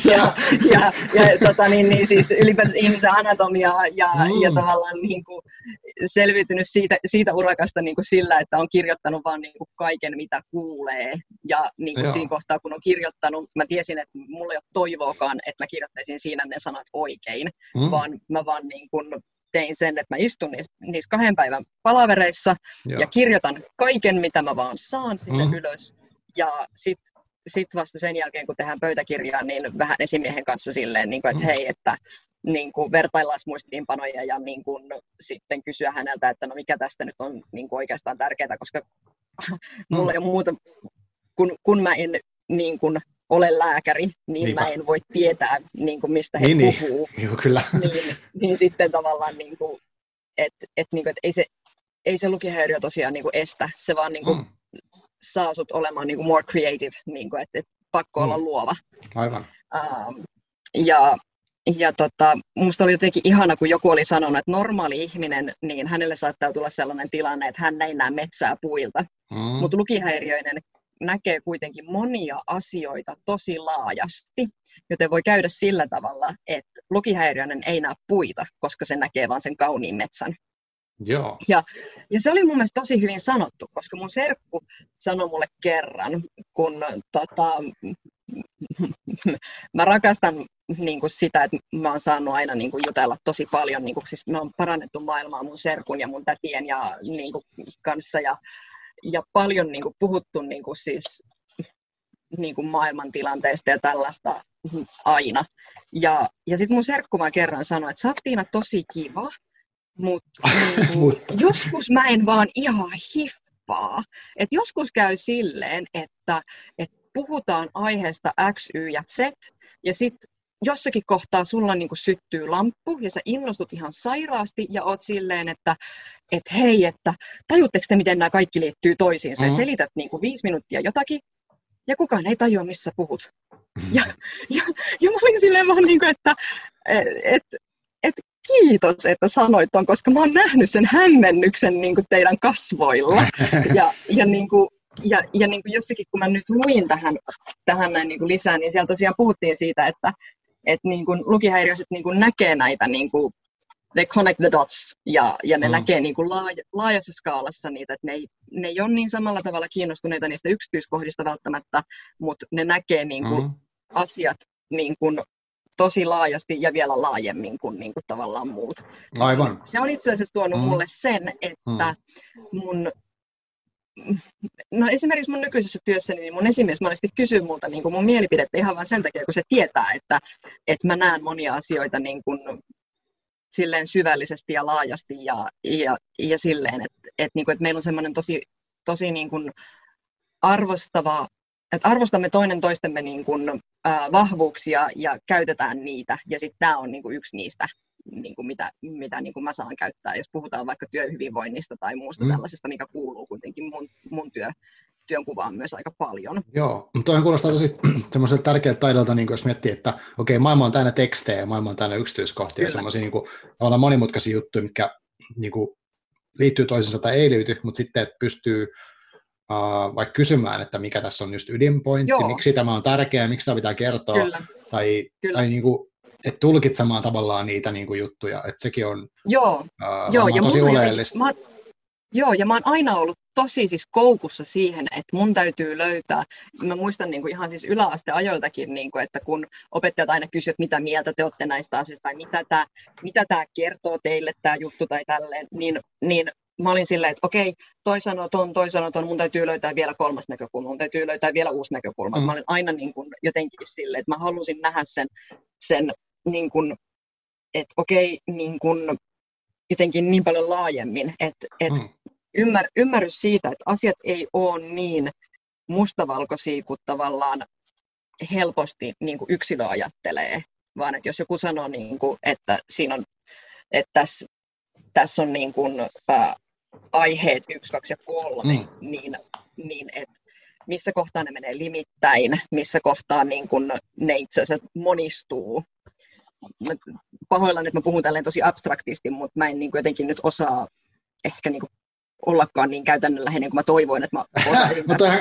ja siis ylipäätään ihmisen anatomiaa ja tavallaan niin kuin selviytynyt siitä urakasta niin kuin sillä, että on kirjoittanut vaan niin kuin kaiken, mitä kuulee. Ja niin kuin siinä kohtaa, kun on kirjoittanut, mä tiesin, että mulla ei ole toivoakaan, että mä kirjoittaisin siinä ne sanat oikein, vaan mä vaan niin kuin tein sen, että mä istun niissä 2 päivän palavereissa ja kirjoitan kaiken, mitä mä vaan saan sinne ylös. Ja sit vasta sen jälkeen, kun tehdään pöytäkirjaa, niin vähän esimiehen kanssa silleen, niin kuin, että hei, että niin kuin vertaillaan muistiinpanoja ja niin kuin, sitten kysyä häneltä, että no mikä tästä nyt on niin kuin oikeastaan tärkeää, koska mulla ei ole muuta, kun mä en niin kuin, ole lääkäri, niin mä en voi tietää, niin kuin, mistä he puhuu. Joo, kyllä. Niin sitten tavallaan, niin kuin, että ei se lukihäiriö tosiaan niin kuin estä, se vaan niin kuin, saa sut olemaan niin kuin more creative, niin kuin, että pakko olla luova. Aivan. Musta oli jotenkin ihana, kun joku oli sanonut, että normaali ihminen, niin hänelle saattaa tulla sellainen tilanne, että hän ei näe metsää puilta. Mutta lukihäiriöinen näkee kuitenkin monia asioita tosi laajasti, joten voi käydä sillä tavalla, että lukihäiriöinen ei näe puita, koska se näkee vaan sen kauniin metsän. Joo. Ja se oli mun mielestä tosi hyvin sanottu, koska mun serkku sanoi mulle kerran, kun mä rakastan niin kuin sitä, että mä oon saanut aina niin kuin jutella tosi paljon, niin kuin, siis me on parannettu maailmaa mun serkun ja mun tätien ja niin kuin, kanssa ja paljon niin kuin, puhuttu niin kuin, siis niin kuin maailmantilanteesta ja tällaista aina. Ja sitten mun serkku vaan kerran sanoi, että sä oot Tiina tosi kiva, mutta joskus mä en vaan ihan hiffaa. Et joskus käy silleen, että puhutaan aiheesta X, Y ja Z, ja sitten jossakin kohtaa sulla niin kuin syttyy lamppu, ja sä innostut ihan sairaasti, ja oot silleen, että hei, että tajutteko te, miten nämä kaikki liittyy toisiinsa, ja selität niin kuin 5 minuuttia jotakin, ja kukaan ei tajua, missä puhut. Ja mä olin silleen vaan, niin kuin, että kiitos, että sanoit ton, koska mä oon nähnyt sen hämmennyksen niin kuin teidän kasvoilla. Ja niin kuin jossakin, kun mä nyt luin tähän näin niin kuin lisää, niin siellä tosiaan puhuttiin siitä, että niin kuin lukihäiriöiset niin kuin näkee näitä, niin kuin, they connect the dots, ja ne näkee niin kuin laajassa skaalassa niitä, että ne ei ole niin samalla tavalla kiinnostuneita niistä yksityiskohdista välttämättä, mutta ne näkee niin kuin asiat niin kuin tosi laajasti ja vielä laajemmin kuin, niin kuin tavallaan muut. Aivan. Se on itse asiassa tuonut mulle sen, että no esimerkiksi mun nykyisessä työssäni, niin mun esimies monesti kysyy multa niin kuin mun mielipidettä ihan vain sen takia, kun se tietää, että mä näen monia asioita niin kuin silleen syvällisesti ja laajasti ja silleen, että meillä on semmoinen tosi niin kuin arvostava, että arvostamme toinen toistemme niin kuin, vahvuuksia ja käytetään niitä, ja sitten tämä on niin kuin yksi niistä, niin kuin mitä niin kuin mä saan käyttää, jos puhutaan vaikka työhyvinvoinnista tai muusta tällaisesta, mikä kuuluu kuitenkin mun työnkuvaan myös aika paljon. Joo, mutta toihan kuulostaa tosi semmoiselta tärkeältä taidolta, niin jos miettii, että okei, maailma on täynnä tekstejä ja maailma on täynnä yksityiskohtia ja semmoisia niin kuin, tavallaan monimutkaisia juttuja, mitkä niin kuin, liittyy toisensa tai ei liity, mutta sitten että pystyy vaikka kysymään, että mikä tässä on just ydinpointti, miksi tämä on tärkeää, miksi tämä pitää kertoa, tai niin kuin, että tulkitsemaan tavallaan niitä niin kuin juttuja, että sekin on tosi oleellista. Ja mä oon aina ollut tosi siis koukussa siihen, että mun täytyy löytää, mä muistan niin kuin ihan siis yläasteajoiltakin, niin kuin, että kun opettajat aina kysyvät, että mitä mieltä te olette näistä asioista, tai mitä tämä kertoo teille, tämä juttu tai tälleen, niin mä olin silleen, että okei, toi sanoo ton, mun täytyy löytää vielä 3. näkökulma, mun täytyy löytää vielä uusi näkökulma. Mä olin aina niin kuin jotenkin silleen, että mä halusin nähdä sen niin kuin, että okei, niin kuin jotenkin niin paljon laajemmin, että ymmärrys siitä, että asiat ei ole niin mustavalkoisia kuin tavallaan helposti niin kuin yksilö ajattelee, vaan että jos joku sanoo, niin kuin, että siinä on, että tässä on niin kuin, aiheet 1, 2 ja 3, niin että missä kohtaa ne menee limittäin, missä kohtaa niin kuin ne itse asiassa monistuu. Pahoillani, että mä puhun tälleen tosi abstraktisti, mutta mä en niin kuin jotenkin nyt osaa ehkä niin kuin ollakaan niin käytännönläheinen kuin mä toivoin, että mä osaisin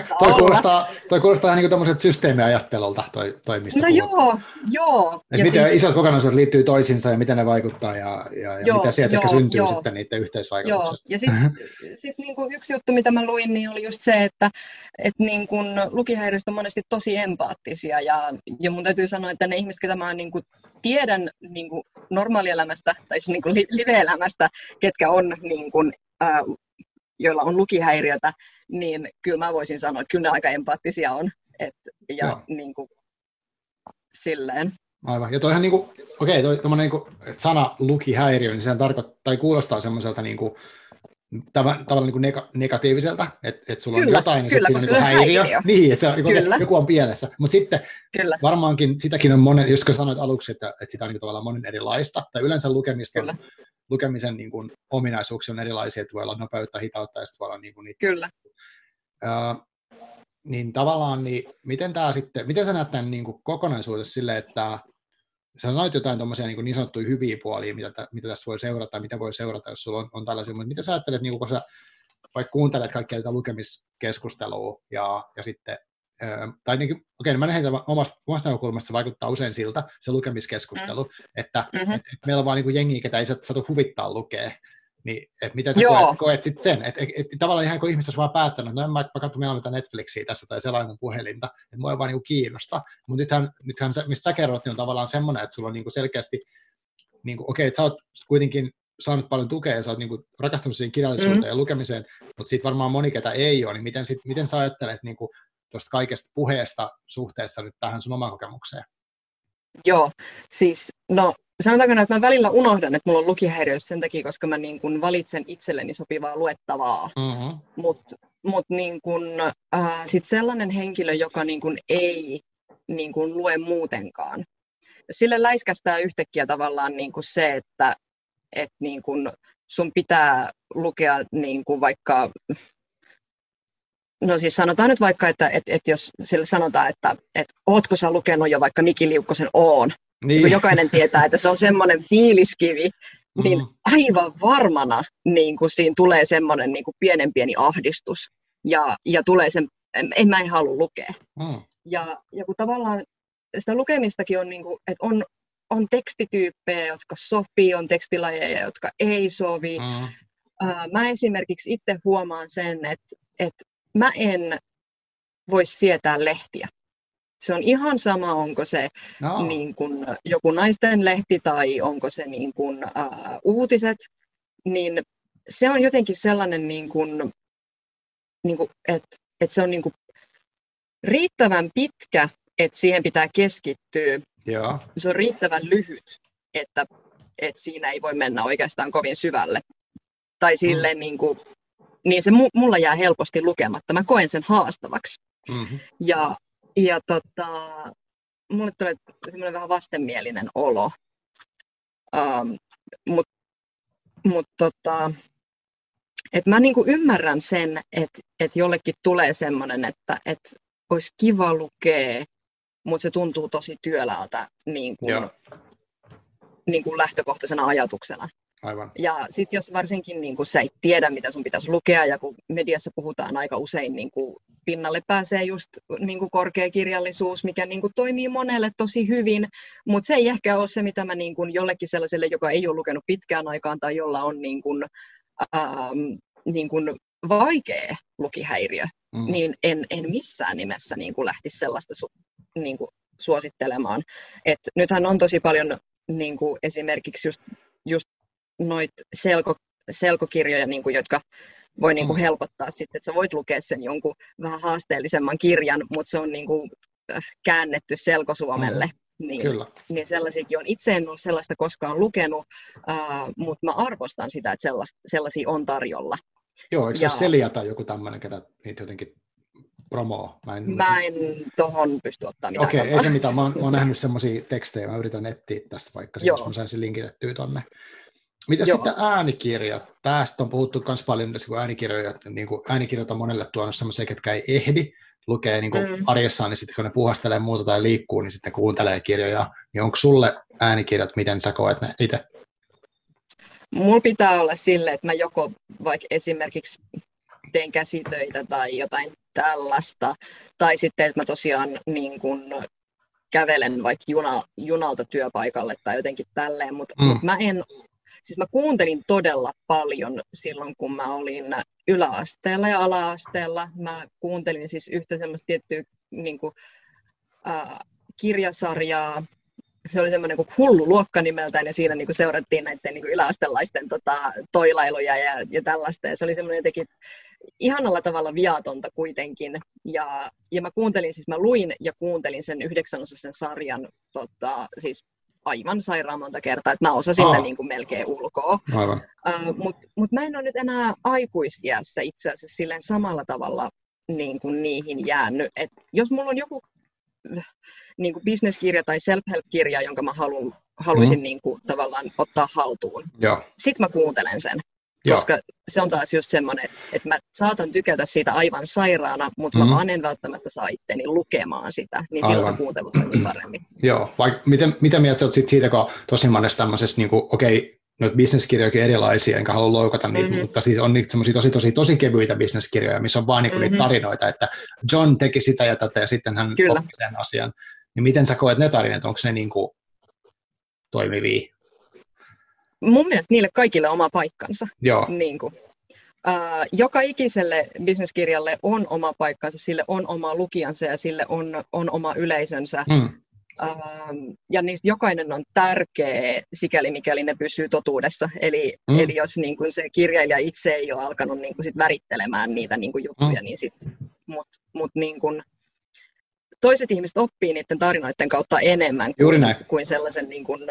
toi kuulostaa ihan niin tämmöiset systeemiajattelulta, toi mistä puhut. Joo. Ja miten siis isot kokonaisuudet liittyy toisiinsa ja miten ne vaikuttaa ja mitä sieltä ehkä syntyy sitten niiden yhteisvaikutuksesta. Ja sitten niin kuin yksi juttu, mitä mä luin, niin oli just se, että niin kuin lukihäiriöistä on monesti tosi empaattisia ja mun täytyy sanoa, että ne ihmiset, ketä mä niin kuin tiedän niin kuin normaalielämästä tai siis niin kuin live-elämästä, ketkä on niin kuin, joilla on lukihäiriötä, niin kyllä mä voisin sanoa, että kyllä ne aika empaattisia on. Niin kuin, silleen. Aivan. Ja toihan niinku, okei, tommonen niinku, sana lukihäiriö, niin sehän kuulostaa semmoiselta niinku, tavallaan niinku negatiiviselta, että sulla on jotain, niin sitten siinä on niinku häiriö. Niin, että se on, niinku, joku on pielessä. Mutta sitten varmaankin sitäkin on monen, jos sanoit aluksi, että sitä on niinku tavallaan monen erilaista, tai yleensä lukemisen niin kuin ominaisuuksia on erilaisia, että voi olla nopeutta, hitautta ja sitten voi olla niin kuin niitä. Kyllä. Niin tavallaan, niin miten sä näet tämän niin kuin kokonaisuudessa silleen, että sä sanoit jotain tuommoisia niin sanottuja hyviä puolia, mitä tässä voi seurata, mitä voi seurata, jos sulla on tällaisia, mutta mitä sä ajattelet, niin kun sä vaikka kuuntelet kaikkea tätä lukemiskeskustelua ja sitten tai niin kuin, okei, mä näen omasta näkökulmasta se vaikuttaa usein siltä, se lukemiskeskustelu, että meillä on vaan niin kuin jengiä, ketä ei satu huvittaa lukea, niin että miten sä koet sit sen, että tavallaan ihan kun ihmiset olisi vaan päättänyt, että no en mä katso mieluummin Netflixiä tässä tai selain mun puhelinta, että mua ei vaan niin kiinnosta, mutta nythän se, mistä sä kerrot, niin on tavallaan semmoinen, että sulla on niin selkeästi, niin okei, että sä oot kuitenkin saanut paljon tukea ja sä oot niin rakastunut siihen kirjallisuuteen ja lukemiseen, mutta siitä varmaan moni, ketä ei ole, niin miten sä ajattelet niin tuosta kaikesta puheesta suhteessa nyt tähän sun omaan kokemukseen? Joo, siis no sanotaanko, että mä välillä unohdan, että mulla on lukihäiriö sen takia, koska mä niin kun valitsen itselleni sopivaa luettavaa. Mut niin kun, sit sellainen henkilö, joka niin kun ei niin kun lue muutenkaan. Sille läiskästää yhtäkkiä tavallaan niin kun se, että niin kun sun pitää lukea niin kun vaikka, no siis sanotaan nyt vaikka, että jos sille sanotaan, että ootko sä lukenut jo vaikka Miki Liukkosen Oon, niin kun jokainen tietää, että se on semmoinen fiiliskivi, niin aivan varmana niin kun siinä tulee semmoinen niin kun pieni ahdistus ja tulee sen, mä en halua lukea. Ja kun tavallaan sitä lukemistakin on, niin kun, että on tekstityyppejä, jotka sopii, on tekstilajeja, jotka ei sovi. Mä esimerkiksi itse huomaan sen, että mä en voi sietää lehtiä. Se on ihan sama, onko se niin kuin joku naisten lehti tai onko se niin kuin, uutiset, niin se on jotenkin sellainen, niin kuin, että se on niin kuin riittävän pitkä, että siihen pitää keskittyä. Joo. Se on riittävän lyhyt, että siinä ei voi mennä oikeastaan kovin syvälle. Tai silleen, niin se mulla jää helposti lukematta. Mä koen sen haastavaksi. Ja mulle tulee semmoinen vähän vastenmielinen olo. Että mä niinku ymmärrän sen, että jollekin tulee semmoinen, että olisi kiva lukea, mutta se tuntuu tosi työläältä niin kuin lähtökohtaisena ajatuksena. Aivan. Ja sitten jos varsinkin niin kun sä et tiedä, mitä sun pitäisi lukea, ja kun mediassa puhutaan aika usein, niin kun pinnalle pääsee just niin kun korkeakirjallisuus, mikä niin kun toimii monelle tosi hyvin, mutta se ei ehkä ole se, mitä mä niin kun jollekin sellaiselle, joka ei ole lukenut pitkään aikaan tai jolla on niin kun vaikea lukihäiriö, niin en missään nimessä niin kun lähtisi sellaista niin kun suosittelemaan. Et nythän on tosi paljon niin kun esimerkiksi just noita selkokirjoja, niin kuin, jotka voi niin kuin, helpottaa sitten, että sä voit lukea sen jonkun vähän haasteellisemman kirjan, mutta se on niin kuin, käännetty selkosuomelle. Niin sellaisiakin on. Itse en ole sellaista koskaan lukenut, mutta mä arvostan sitä, että sellaisia on tarjolla. Joo, eikö se ole Celia tai joku tämmöinen, ketä niitä jotenkin promoo? Mä en tohon pysty ottaa mitään. Okei, ei se mitään. Mä oon nähnyt semmoisia tekstejä, mä yritän etsiä tässä vaikka, jos mä saisin linkitettyä tonne. Mitä sitten äänikirjat? Tästä on puhuttu myös paljon, kun äänikirjat on monelle tuonut semmoisia, ketkä ei ehdi lukea niin arjessaan, niin sitten kun ne puhastelee muuta tai liikkuu, niin sitten kuuntelee kirjoja. Niin onko sulle äänikirjat, miten sä koet ne itse? Mulla pitää olla sille, että mä joko vaikka esimerkiksi teen käsitöitä tai jotain tällaista, tai sitten, että mä tosiaan niin kun kävelen vaikka junalta työpaikalle tai jotenkin tälleen, mutta siis mä kuuntelin todella paljon silloin, kun mä olin yläasteella ja ala-asteella. Mä kuuntelin siis yhtä semmoista tiettyä niin kuin, kirjasarjaa. Se oli semmoinen kuin Hullu luokka nimeltään, ja siinä niin kuin seurattiin näiden niin kuin yläastelaisten toilailuja ja tällaista. Ja se oli semmoinen jotenkin ihanalla tavalla viatonta kuitenkin. Ja mä kuuntelin, siis mä luin ja kuuntelin sen 9-osaisen sarjan siis aivan sairaan monta kertaa, että mä osasin ne niin kuin melkein ulkoa. Mutta mä en ole nyt enää aikuisiässä itse asiassa silleen samalla tavalla niin kuin niihin jäänyt. Et jos mulla on joku niin kuin business-kirja tai self-help-kirja, jonka mä haluaisin niin kuin, tavallaan ottaa haltuun, sit mä kuuntelen sen. Koska se on taas just semmoinen, että mä saatan tykätä siitä aivan sairaana, mutta mä vaan en välttämättä saa itteni lukemaan sitä, niin silloin se kuuntelu toimii paremmin. Joo, mitä mieltä sä oot siitä, kun tosi monessa tämmöisessä, niin okei, noita bisneskirjojakin erilaisia, enkä halua loukata niitä, mutta siis on niitä semmoisia tosi kevyitä bisneskirjoja, missä on vaan niin niitä tarinoita, että John teki sitä ja tätä ja sitten hän oppi sen asian. Niin miten sä koet ne tarinat, onko ne niin kuin toimivia? mun mielestä niille kaikille oma paikkansa. Joo. Niin kuin. Joka ikiselle bisneskirjalle on oma paikkansa, sille on oma lukijansa ja sille on oma yleisönsä. Ja niistä jokainen on tärkeä, sikäli mikäli ne pysyy totuudessa. Eli jos niin kuin se kirjailija itse ei ole alkanut niin kuin sit värittelemään niitä niin kuin juttuja, niin mut niin kuin toiset ihmiset oppii niiden tarinoiden kautta enemmän kuin sellaisen niin kuin,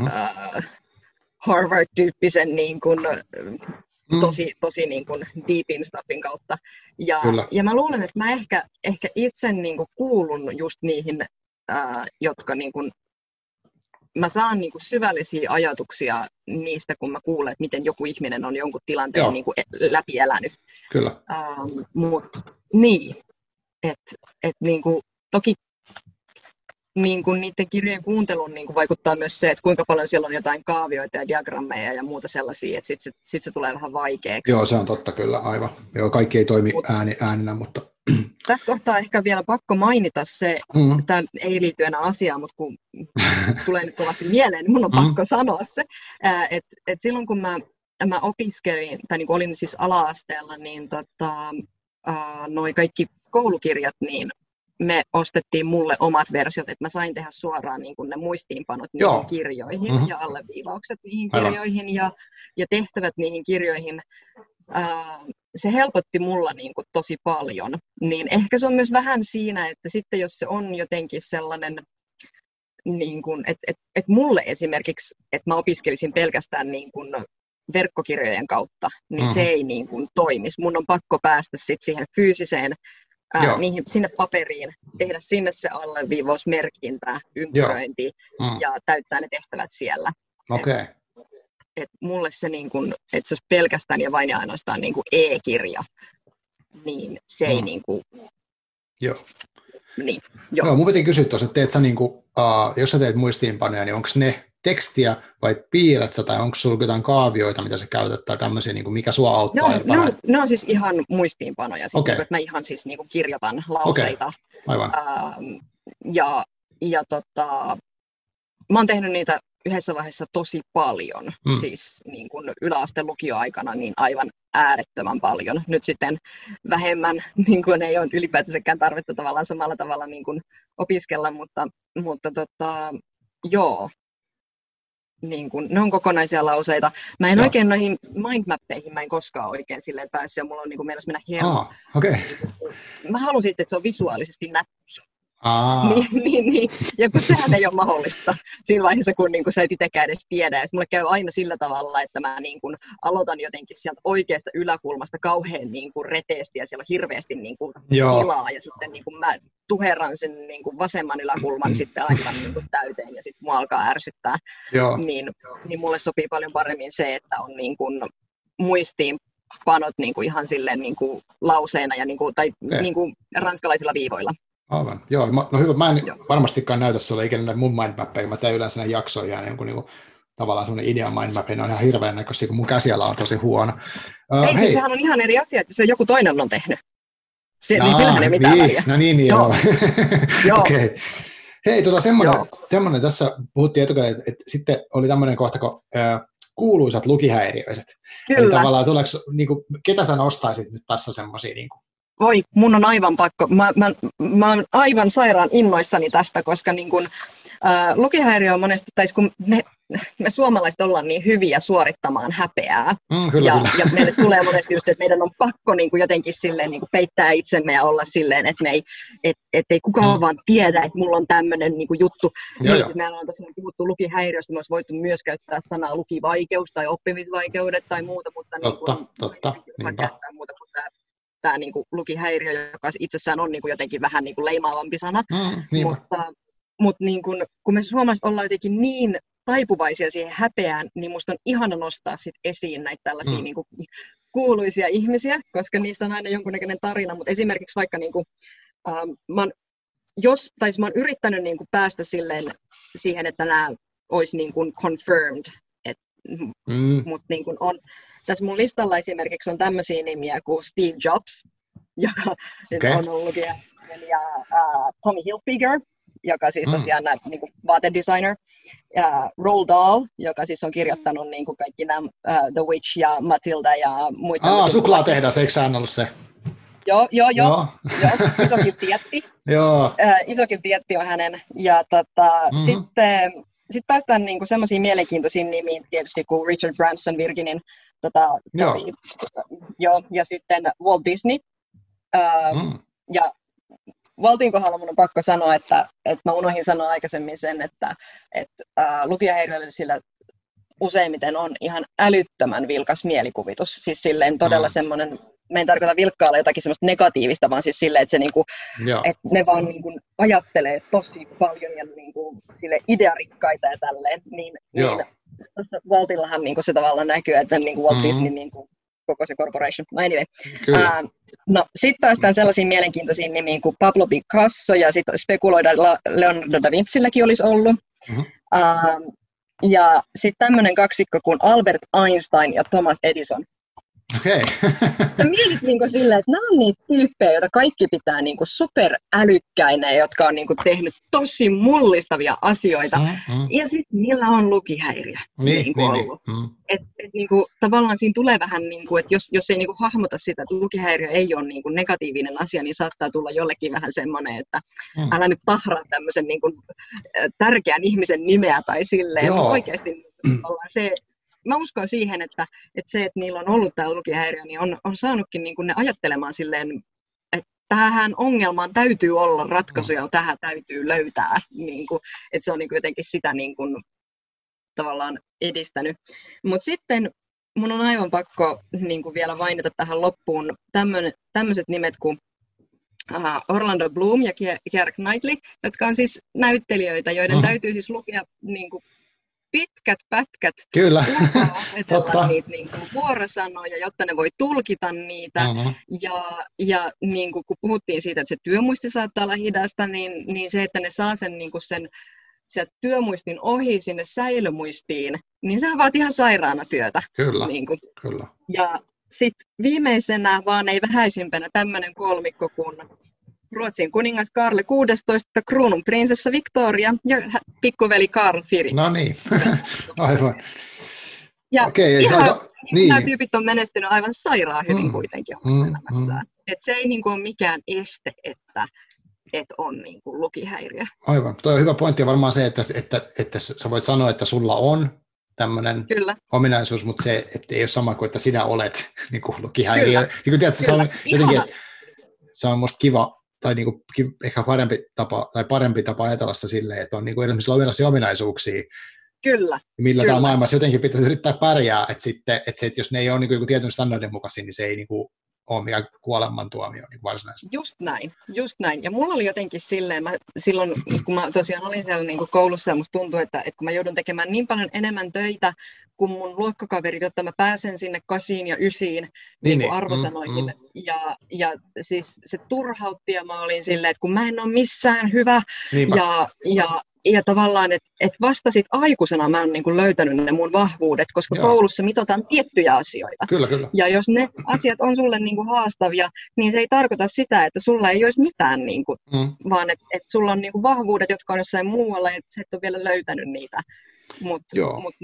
Harvard-tyyppisen niin kuin, tosi niin kuin deepin stuffin kautta. Ja mä luulen, että mä ehkä itse niin kuin kuulun just niihin, jotka niin kuin, mä saan niin kuin syvällisiä ajatuksia niistä, kun mä kuulen, että miten joku ihminen on jonkun tilanteen niin kuin läpi elänyt. Kyllä. Mutta niin, että niin kuin, toki niin kuin niiden kirjojen kuunteluun niin kuin vaikuttaa myös se, että kuinka paljon siellä on jotain kaavioita ja diagrammeja ja muuta sellaisia, että sit se tulee vähän vaikeaksi. Joo, se on totta kyllä, aivan. Joo, kaikki ei toimi ääninä, mutta... Tässä kohtaa ehkä vielä pakko mainita se, tämä ei liity enää asiaan, mutta kun tulee nyt kovasti mieleen, niin mun on pakko sanoa se, että silloin kun mä opiskelin, tai niin kuin olin siis ala-asteella, niin noi kaikki koulukirjat, niin me ostettiin mulle omat versiot, että mä sain tehdä suoraan niin kuin ne muistiinpanot niihin kirjoihin ja alleviivaukset niihin kirjoihin ja tehtävät niihin kirjoihin. Se helpotti mulla niin kuin tosi paljon. Niin ehkä se on myös vähän siinä, että sitten jos se on jotenkin sellainen, niin kuin, että mulle esimerkiksi, että mä opiskelisin pelkästään niin kuin verkkokirjojen kautta, niin se ei niin kuin toimisi. Mun on pakko päästä sitten siihen fyysiseen sinne paperiin, tehdä sinne se alleviivausmerkintä, ympyröinti ja täyttää ne tehtävät siellä. Okay. Et mulle se, niin kun, että se olisi pelkästään ja vain ja ainoastaan niin kuin e-kirja, niin se ei niin kuin... Joo. Niin, joo. Mun piti kysyä tuossa, että teet sä niin kuin, jos sä teet muistiinpanoja, niin onko ne tekstiä vai piirrät sä, tai onko sulla jotain kaavioita, mitä sä käytät, tai tämmöisiä, niin kuin mikä sua auttaa? Ne on siis ihan muistiinpanoja, siis niin kuin, että mä ihan siis niin kuin kirjoitan lauseita. Aivan. Mä oon tehnyt niitä yhdessä vaiheessa tosi paljon, siis niin kuin yläasteen lukioaikana niin aivan äärettömän paljon. Nyt sitten vähemmän, niin kuin ei ole ylipäätänsäkään tarvetta tavallaan samalla tavalla niin kuin opiskella, mutta joo, niin kuin, ne on kokonaisia lauseita. Mä en oikein noihin mindmappeihin, mä en koskaan oikein silleen päässyt, ja mulla on niin kuin mielessä mennä hieman. Mä haluan sitten, että se on visuaalisesti nätti. Niin. Ja kun sehän ei ole mahdollista siinä vaiheessa, kun niin kun sä et itsekään edes tiedä. Ja mulle käy aina sillä tavalla, että mä niin kun aloitan jotenkin sieltä oikeasta yläkulmasta kauhean niin kun reteesti ja siellä on hirveästi niin kun tilaa. Ja sitten niin kun mä tuherran sen niin kun vasemman yläkulman sitten aivan niin kun täyteen ja sitten mua alkaa ärsyttää. Niin mulle sopii paljon paremmin se, että on niin kun muistiinpanot niin kun ihan silleen niin kun lauseena ja niin kun, tai niin kun ranskalaisilla viivoilla. Aivan. Joo, no hyvä. Mä en varmastikaan näytä sulle ikinä mun mindmappeja, mä teen yleensä näin jaksoja ja niinku, tavallaan semmoinen idea mindmappi, ne on ihan hirveän näköisiä, kun mun käsiala on tosi huono. Siis sehän on ihan eri asia, että se joku toinen on tehnyt. Niin sillähän ei mitään väliä. No niin, joo. Okei. Hei, semmoinen tässä puhuttiin etukäteen, että sitten oli tämmöinen kohta, kun kuuluisat lukihäiriöiset. Kyllä. Eli tavallaan tuleeko, niinku, ketä sä nostaisit nyt tässä semmoisia niinku? Voi, mun on aivan pakko. Mä oon aivan sairaan innoissani tästä, koska niin kun, lukihäiriö on monesti, tai kun me suomalaiset ollaan niin hyviä suorittamaan häpeää. Kyllä. Ja meille tulee monesti just se, että meidän on pakko niin kuin jotenkin silleen, niin kuin peittää itsemme ja olla silleen, että ei kukaan vaan tiedä, että mulla on tämmöinen niin kuin juttu. Niin, meillä on tosiaan puhuttu lukihäiriöstä, me olisi voitu myös käyttää sanaa lukivaikeus tai oppimisvaikeudet tai muuta, mutta totta. Käyttää muuta kuin tämä niin kuin lukihäiriö, joka itsessään on niin kuin jotenkin vähän niin kuin leimaavampi sana. Mutta niin kun me suomalaiset ollaan jotenkin niin taipuvaisia siihen häpeään, niin musta on ihana nostaa sit esiin näitä tällaisia niin kuin kuuluisia ihmisiä, koska niistä on aina jonkunnäköinen tarina. Mutta esimerkiksi vaikka niin kuin, mä oon yrittänyt niin kuin päästä siihen, että nämä olisi niin kuin confirmed. Mutta niin kuin on, tässä mun listalla esimerkiksi on tämmöisiä nimiä kuin Steve Jobs, joka on ollut ja Tommy Hilfiger, joka siis tosiaan niin kuin vaatedesigner, Roald Dahl, joka siis on kirjoittanut niin kuin kaikki nämä The Witch ja Matilda ja muita. Suklaatehdas, eikö sä ollut se? Joo. Isokin Tietti. Isokin Tietti on hänen. Ja sitten päästään niinku semmoisiin mielenkiintoisiin nimiin tietysti kuin Richard Branson, Virginin, ja sitten Walt Disney. Ja Waltin kohdalla mun on pakko sanoa, että mä unohdin sanoa aikaisemmin sen, että lukijahäiriöisillä useimmiten on ihan älyttömän vilkas mielikuvitus. Siis silleen todella semmoinen, me en tarkoita vilkkaalla jotakin semmoista negatiivista, vaan siis silleen, että, se niinku, että ne vaan niinku ajattelee tosi paljon ja niinku sille idearikkaita ja tälleen. Niin tuossa Waltillahan niinku se tavallaan näkyy, että niinku Walt Disney niinku koko se corporation. No anyway. Sitten päästään sellaisiin mielenkiintoisiin nimiin kuin Pablo Picasso ja sitten spekuloidaan Leonardo da Vincilläkin olisi ollut. Ja sitten tämmöinen kaksikko kuin Albert Einstein ja Thomas Edison. Okei. Mietit niinku silleen, että nämä on niitä tyyppejä, joita kaikki pitää niinku superälykkäinä, jotka on niinku tehnyt tosi mullistavia asioita. Ja sitten niillä on lukihäiriö. Niin. Et niinku, tavallaan siinä tulee vähän, niinku, että jos ei niinku hahmota sitä, että lukihäiriö ei ole niinku negatiivinen asia, niin saattaa tulla jollekin vähän semmoinen, että älä nyt tahraa tämmöisen niinku tärkeän ihmisen nimeä tai silleen. Oikeasti se... Mä uskon siihen, että se, että niillä on ollut tämä lukihäiriö, niin on saanutkin niin kuin ne ajattelemaan silleen, että tähän ongelmaan täytyy olla ratkaisu ja tähän täytyy löytää. Niin kuin, että se on niin kuin jotenkin sitä niin kuin, tavallaan edistänyt. Mutta sitten mun on aivan pakko niin kuin vielä mainita tähän loppuun tämmöiset nimet kuin Orlando Bloom ja Keira Knightley, jotka on siis näyttelijöitä, joiden täytyy siis lukea niin kuin, pitkät pätkät opetella niitä niin kuin vuorosanoja, jotta ne voi tulkita niitä. Ja niin kuin, kun puhuttiin siitä, että se työmuisti saattaa olla hidasta, niin se, että ne saa sen, niin kuin sen työmuistin ohi sinne säilömuistiin, niin sehän vaatii ihan sairaana työtä. Kyllä, niin kuin. kyllä. Ja sitten viimeisenä, vaan ei vähäisimpänä, tämmöinen kolmikko kuin Ruotsin kuningas Karle 16, kruunun prinsessa Victoria ja pikkuveli Karl Firi. No niin, aivan. Ja nämä tyypit on menestynyt aivan sairaan hyvin kuitenkin omassa elämässään. Et se ei niinku ole mikään este, että on niinku lukihäiriö. Aivan. Tuo on hyvä pointti ja varmaan se, että sä voit sanoa, että sulla on tämmöinen ominaisuus, mutta se että ei ole sama kuin, että sinä olet niin kuin lukihäiriö. Niin kuin tiedät, se on jotenkin, se on musta kiva, tai niinku, ehkä parempi tapa ajatella sitä silleen, että on niinku erilaisia ominaisuuksia, millä tämä maailmassa jotenkin pitäisi yrittää pärjää, että jos ne ei ole niinku tietyn standardin mukaisia, niin se ei niinku ole mikään kuolemantuomio niin varsinaisesti. Just näin. Ja mulla oli jotenkin silleen, silloin kun mä tosiaan olin siellä niin kuin koulussa ja musta tuntui, että kun mä joudun tekemään niin paljon enemmän töitä kuin mun luokkakaverit, jotta mä pääsen sinne 8 ja 9 niin kuin arvosanoihin. Ja siis se turhautti ja mä olin silleen, että kun mä en ole missään hyvä ja tavallaan, että vasta sit aikuisena mä oon niin kuin löytänyt ne mun vahvuudet, koska koulussa mitataan tiettyjä asioita. Kyllä. Ja jos ne asiat on sulle niin kuin haastavia, niin se ei tarkoita sitä, että sulla ei olisi mitään, niin kuin, vaan että sulla on niin kuin vahvuudet, jotka on jossain muualla, että sä et ole vielä löytänyt niitä. Mutta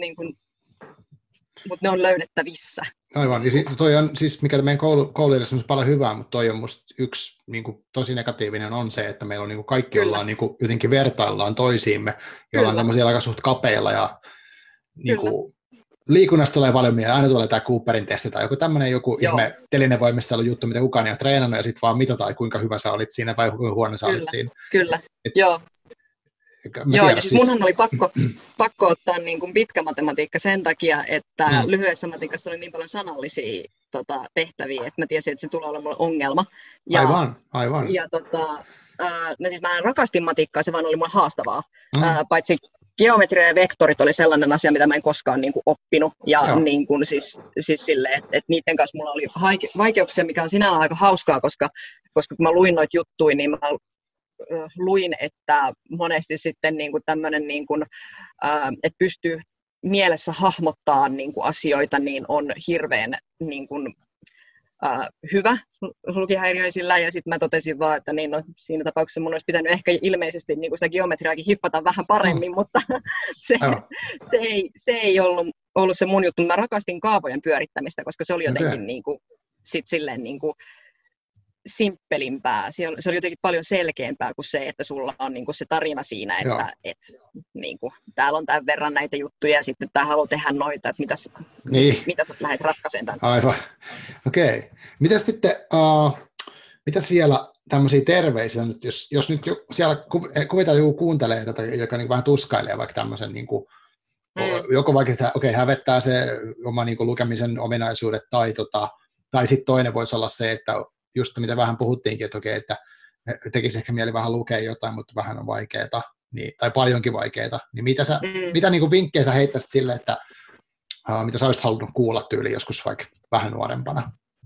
ne on löydettävissä. Aivan. Ja toi on siis, mikä meidän kouluilla on paljon hyvää, mutta toi on musta yksi niin kuin, tosi negatiivinen on se, että meillä on niin kuin, kaikki ollaan niin kuin, jotenkin vertaillaan toisiimme, joilla on tämmöisiä aika suht kapeilla ja niin kuin, liikunnasta tulee paljon mieleen. Aina tulee tämä Cooperin testi tai joku ihme telinevoimistelu juttu, mitä kukaan ei ole treenannut ja sitten vaan mitataan, että kuinka hyvä sä olit siinä vai kuinka huono sä olit siinä. Kyllä. Joo, ja siis munhan oli pakko ottaa niin kuin pitkä matematiikka sen takia, että lyhyessä matikassa oli niin paljon sanallisia tehtäviä, että mä tiesin, että se tulee olemaan ongelma. Aivan. Ja siis mä rakastin matikkaa, se vaan oli mulle haastavaa. Paitsi geometria ja vektorit oli sellainen asia, mitä mä en koskaan niin kuin oppinut. Ja niin kuin siis silleen, että niiden kanssa mulla oli vaikeuksia, mikä on sinällään aika hauskaa, koska kun mä luin noita juttuja, niin mä luin, että monesti sitten niin kuin tämmöinen, niin kuin, että pystyy mielessä hahmottaa niin kuin asioita, niin on hirveän niin kuin, hyvä lukihäiriöisillä, ja sitten mä totesin vaan, että niin, no, siinä tapauksessa mun olisi pitänyt ehkä ilmeisesti niin kuin sitä geometriaakin hiffata vähän paremmin, mutta se ei ollut se mun juttu. Mä rakastin kaavojen pyörittämistä, koska se oli jotenkin niin kuin, sit silleen niin kuin simppelimpää. Se oli jotenkin paljon selkeämpää kuin se, että sulla on niin kuin se tarina siinä, että niin kuin, täällä on tämän verran näitä juttuja ja sitten tää haluaa tehdä noita, että mitä sä lähdet ratkaisemaan tämän. Aivan. Okei. Mitäs sitten, mitäs vielä tämmöisiä terveisiä, jos nyt siellä kuvitaan joku kuuntelee tätä, joka niin vähän tuskailee vaikka tämmöisen, niin kuin, joko vaikka, että hävettää se oma niin kuin lukemisen ominaisuudet, tai sitten toinen voisi olla se, että just mitä vähän puhuttiinkin, että että tekisi ehkä mieli vähän lukea jotain, mutta vähän on vaikeaa, niin, tai paljonkin vaikeaa, niin mitä niin kuin vinkkejä sä heittäisit sille, että mitä sä olisit halunnut kuulla tyyliin joskus vaikka vähän nuorempana?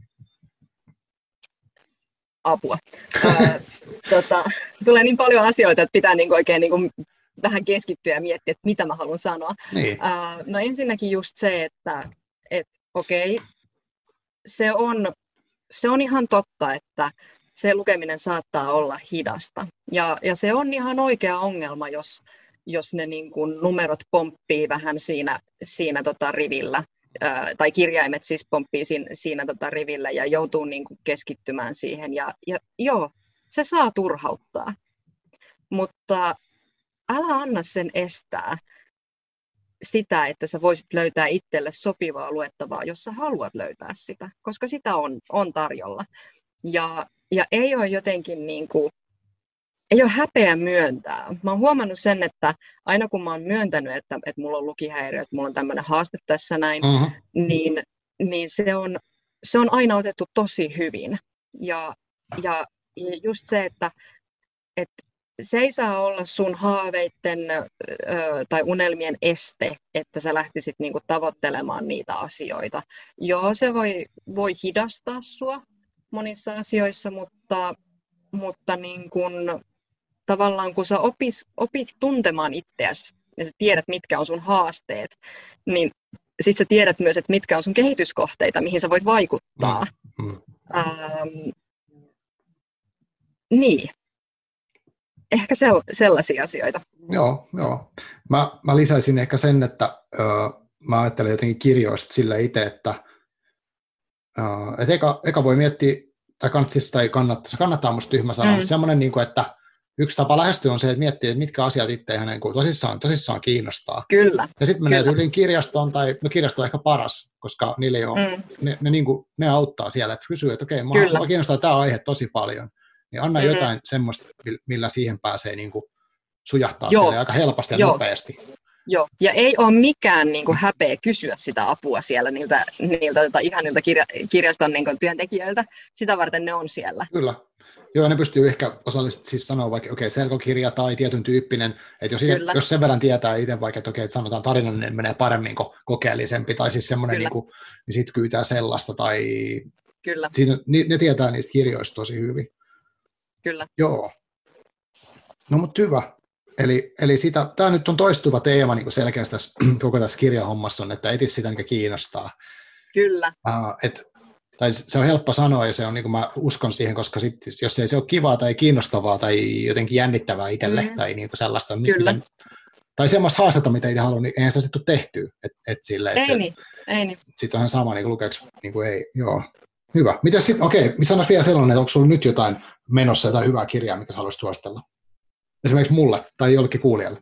Apua. Tulee niin paljon asioita, että pitää niin kuin oikein niin kuin vähän keskittyä ja miettiä, että mitä mä haluan sanoa. Niin. No ensinnäkin just se, että okei, se on ihan totta, että se lukeminen saattaa olla hidasta. Ja se on ihan oikea ongelma, jos ne niin kuin numerot pomppii vähän siinä rivillä, tai kirjaimet siis pomppii siinä rivillä ja joutuu niin kuin keskittymään siihen. Ja joo, se saa turhauttaa, mutta älä anna sen estää sitä, että sä voisit löytää itselle sopivaa luettavaa, jos sä haluat löytää sitä, koska sitä on tarjolla. Ja ei ole jotenkin niin kuin, ei ole häpeä myöntää. Mä oon huomannut sen, että aina kun mä oon myöntänyt, että mulla on lukihäiriö, että mulla on tämmöinen haaste tässä näin, niin se on aina otettu tosi hyvin. Ja just se, että se ei saa olla sun haaveitten tai unelmien este, että sä lähtisit niinku tavoittelemaan niitä asioita. Joo, se voi hidastaa sua monissa asioissa, mutta niin kun, tavallaan kun sä opit tuntemaan itseäsi ja sä tiedät, mitkä on sun haasteet, niin sit sä tiedät myös, että mitkä on sun kehityskohteita, mihin sä voit vaikuttaa. Niin. Ehkä sellaisia asioita. Joo. Mä lisäisin ehkä sen, että mä ajattelen jotenkin kirjoista sillä itse, että eka voi miettiä, tai kannattaa musta tyhmä sanoa, mutta semmoinen, niin kuin, että yksi tapa lähestyä on se, että miettii, että mitkä asiat itse hänen tosissaan kiinnostaa. Kyllä. Ja sitten menee yliin kirjastoon, tai no kirjasto on ehkä paras, koska niille ei ole, ne auttaa siellä, että kysyy, että okei, mua kiinnostaa tämä aihe tosi paljon. Niin anna jotain semmoista, millä siihen pääsee niin kuin sujahtaa sille aika helposti ja nopeasti. Joo, ja ei ole mikään niin kuin häpeä kysyä sitä apua siellä niiltä ihanilta kirjaston niin kuin työntekijöiltä. Sitä varten ne on siellä. Kyllä. Joo, ne pystyy ehkä osallisesti siis sanoa vaikka, selkokirja tai tietyn tyyppinen, että jos sen verran tietää itse vaikka, että sanotaan tarinan, niin menee paremmin kokeellisempi, tai siis semmoinen, niin sitten kyytää sellaista, tai siinä, ne tietää niistä kirjoista tosi hyvin. Kyllä. Joo. No mutta hyvä. Eli tämä nyt on toistuva teema niin selkeästi koko tässä kirjahommassa on, että etsi sitä, mikä kiinnostaa. Kyllä. Tai se on helppo sanoa ja se on, niin kuin mä uskon siihen, koska jos ei se ole kivaa tai kiinnostavaa tai jotenkin jännittävää itselle tai niin kuin sellaista, tai semmoista haastetta, mitä itse haluaa, niin eihän sitä sitten tule tehtyä. Ei niin. Sitten on ihan sama, niin kuin lukeeksi, niin kuin ei, joo. Hyvä. Mitäs sitten, sanois vielä sellainen, että onko sulla nyt jotain menossa, jotain hyvää kirjaa, mikä sä haluaisit suositella? Esimerkiksi mulle tai jollekin kuulijalle.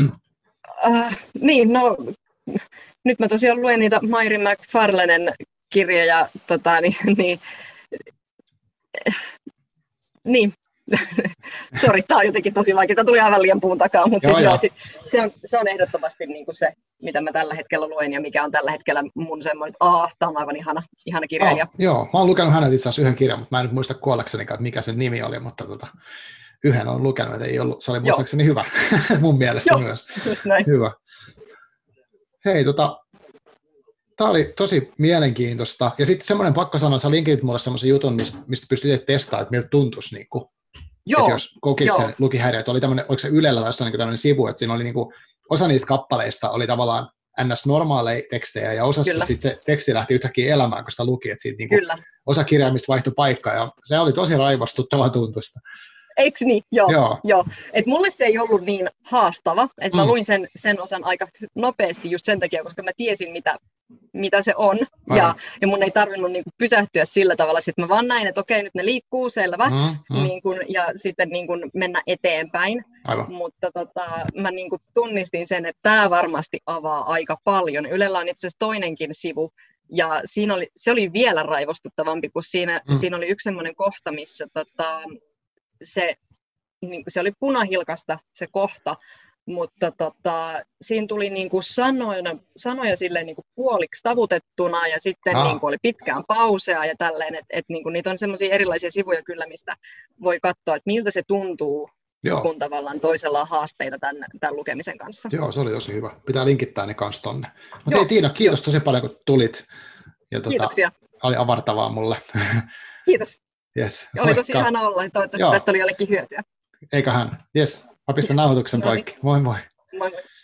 Nyt mä tosiaan luen niitä Mary McFarlanen kirjoja, niin. Sori, tää on jotenkin tosi vaikea. Tää tuli aivan liian puun takaa, mutta se on ehdottomasti niin kuin se, mitä mä tällä hetkellä luen ja mikä on tällä hetkellä mun semmoinen, että tää on aivan ihana kirjailija. Joo, mä oon lukenut hänet itse asiassa yhden kirjan, mutta mä en nyt muista kuollakseni, että mikä sen nimi oli, mutta yhden on lukenut, että ei ollut, se oli muistaakseni hyvä mun mielestä myös. Just näin. Hyvä. Hei, tämä oli tosi mielenkiintoista. Ja sitten semmoinen pakko sanoa, sä linkitit mulle semmoisen jutun, mistä pystyt itse testaamaan, että miltä tuntuisi, niin kuin, että jos kokisi sen lukihäiriö, että oli tämmöinen, oliko se Ylellä tai jossain niin tämmöinen sivu, että siinä oli niin kuin, osa niistä kappaleista oli tavallaan NS-normaaleja tekstejä, ja osassa sitten se teksti lähti yhtäkkiä elämään, kun sitä luki, että siitä niinku osa kirjaimista vaihtui paikkaa, ja se oli tosi raivostuttava tuntusta. Eikö niin? Joo. Et mulle se ei ollut niin haastava, että mä luin sen osan aika nopeasti just sen takia, koska mä tiesin, mitä se on. Ja mun ei tarvinnut niinku pysähtyä sillä tavalla. Sitten mä vaan näin, että okei, nyt ne liikkuu, selvä. Niin kun, ja sitten niin kun mennä eteenpäin. Aivan. Mutta mä niin kun tunnistin sen, että tämä varmasti avaa aika paljon. Ylellä on itse asiassa toinenkin sivu. Ja se oli vielä raivostuttavampi, kun siinä oli yksi semmoinen kohta, missä se oli punahilkasta se kohta, mutta siinä tuli niinku sanoja silleen niinku puoliksi tavutettuna ja sitten niinku oli pitkään pausea ja tälleen, että niinku niitä on semmoisia erilaisia sivuja kyllä, mistä voi katsoa, että miltä se tuntuu, kun tavallaan toisella on haasteita tämän lukemisen kanssa. Joo, se oli tosi hyvä. Pitää linkittää ne kanssa tonne. Mutta Tiina, kiitos tosi paljon, kun tulit. Ja Kiitoksia. Oli avartavaa mulle. Kiitos. Yes. Oli tosi ihana olla. Toivottavasti tästä oli jollekin hyötyä. Eiköhän. Yes. Mä pistän nauhoituksen poikki. Moi moi. Moi moi.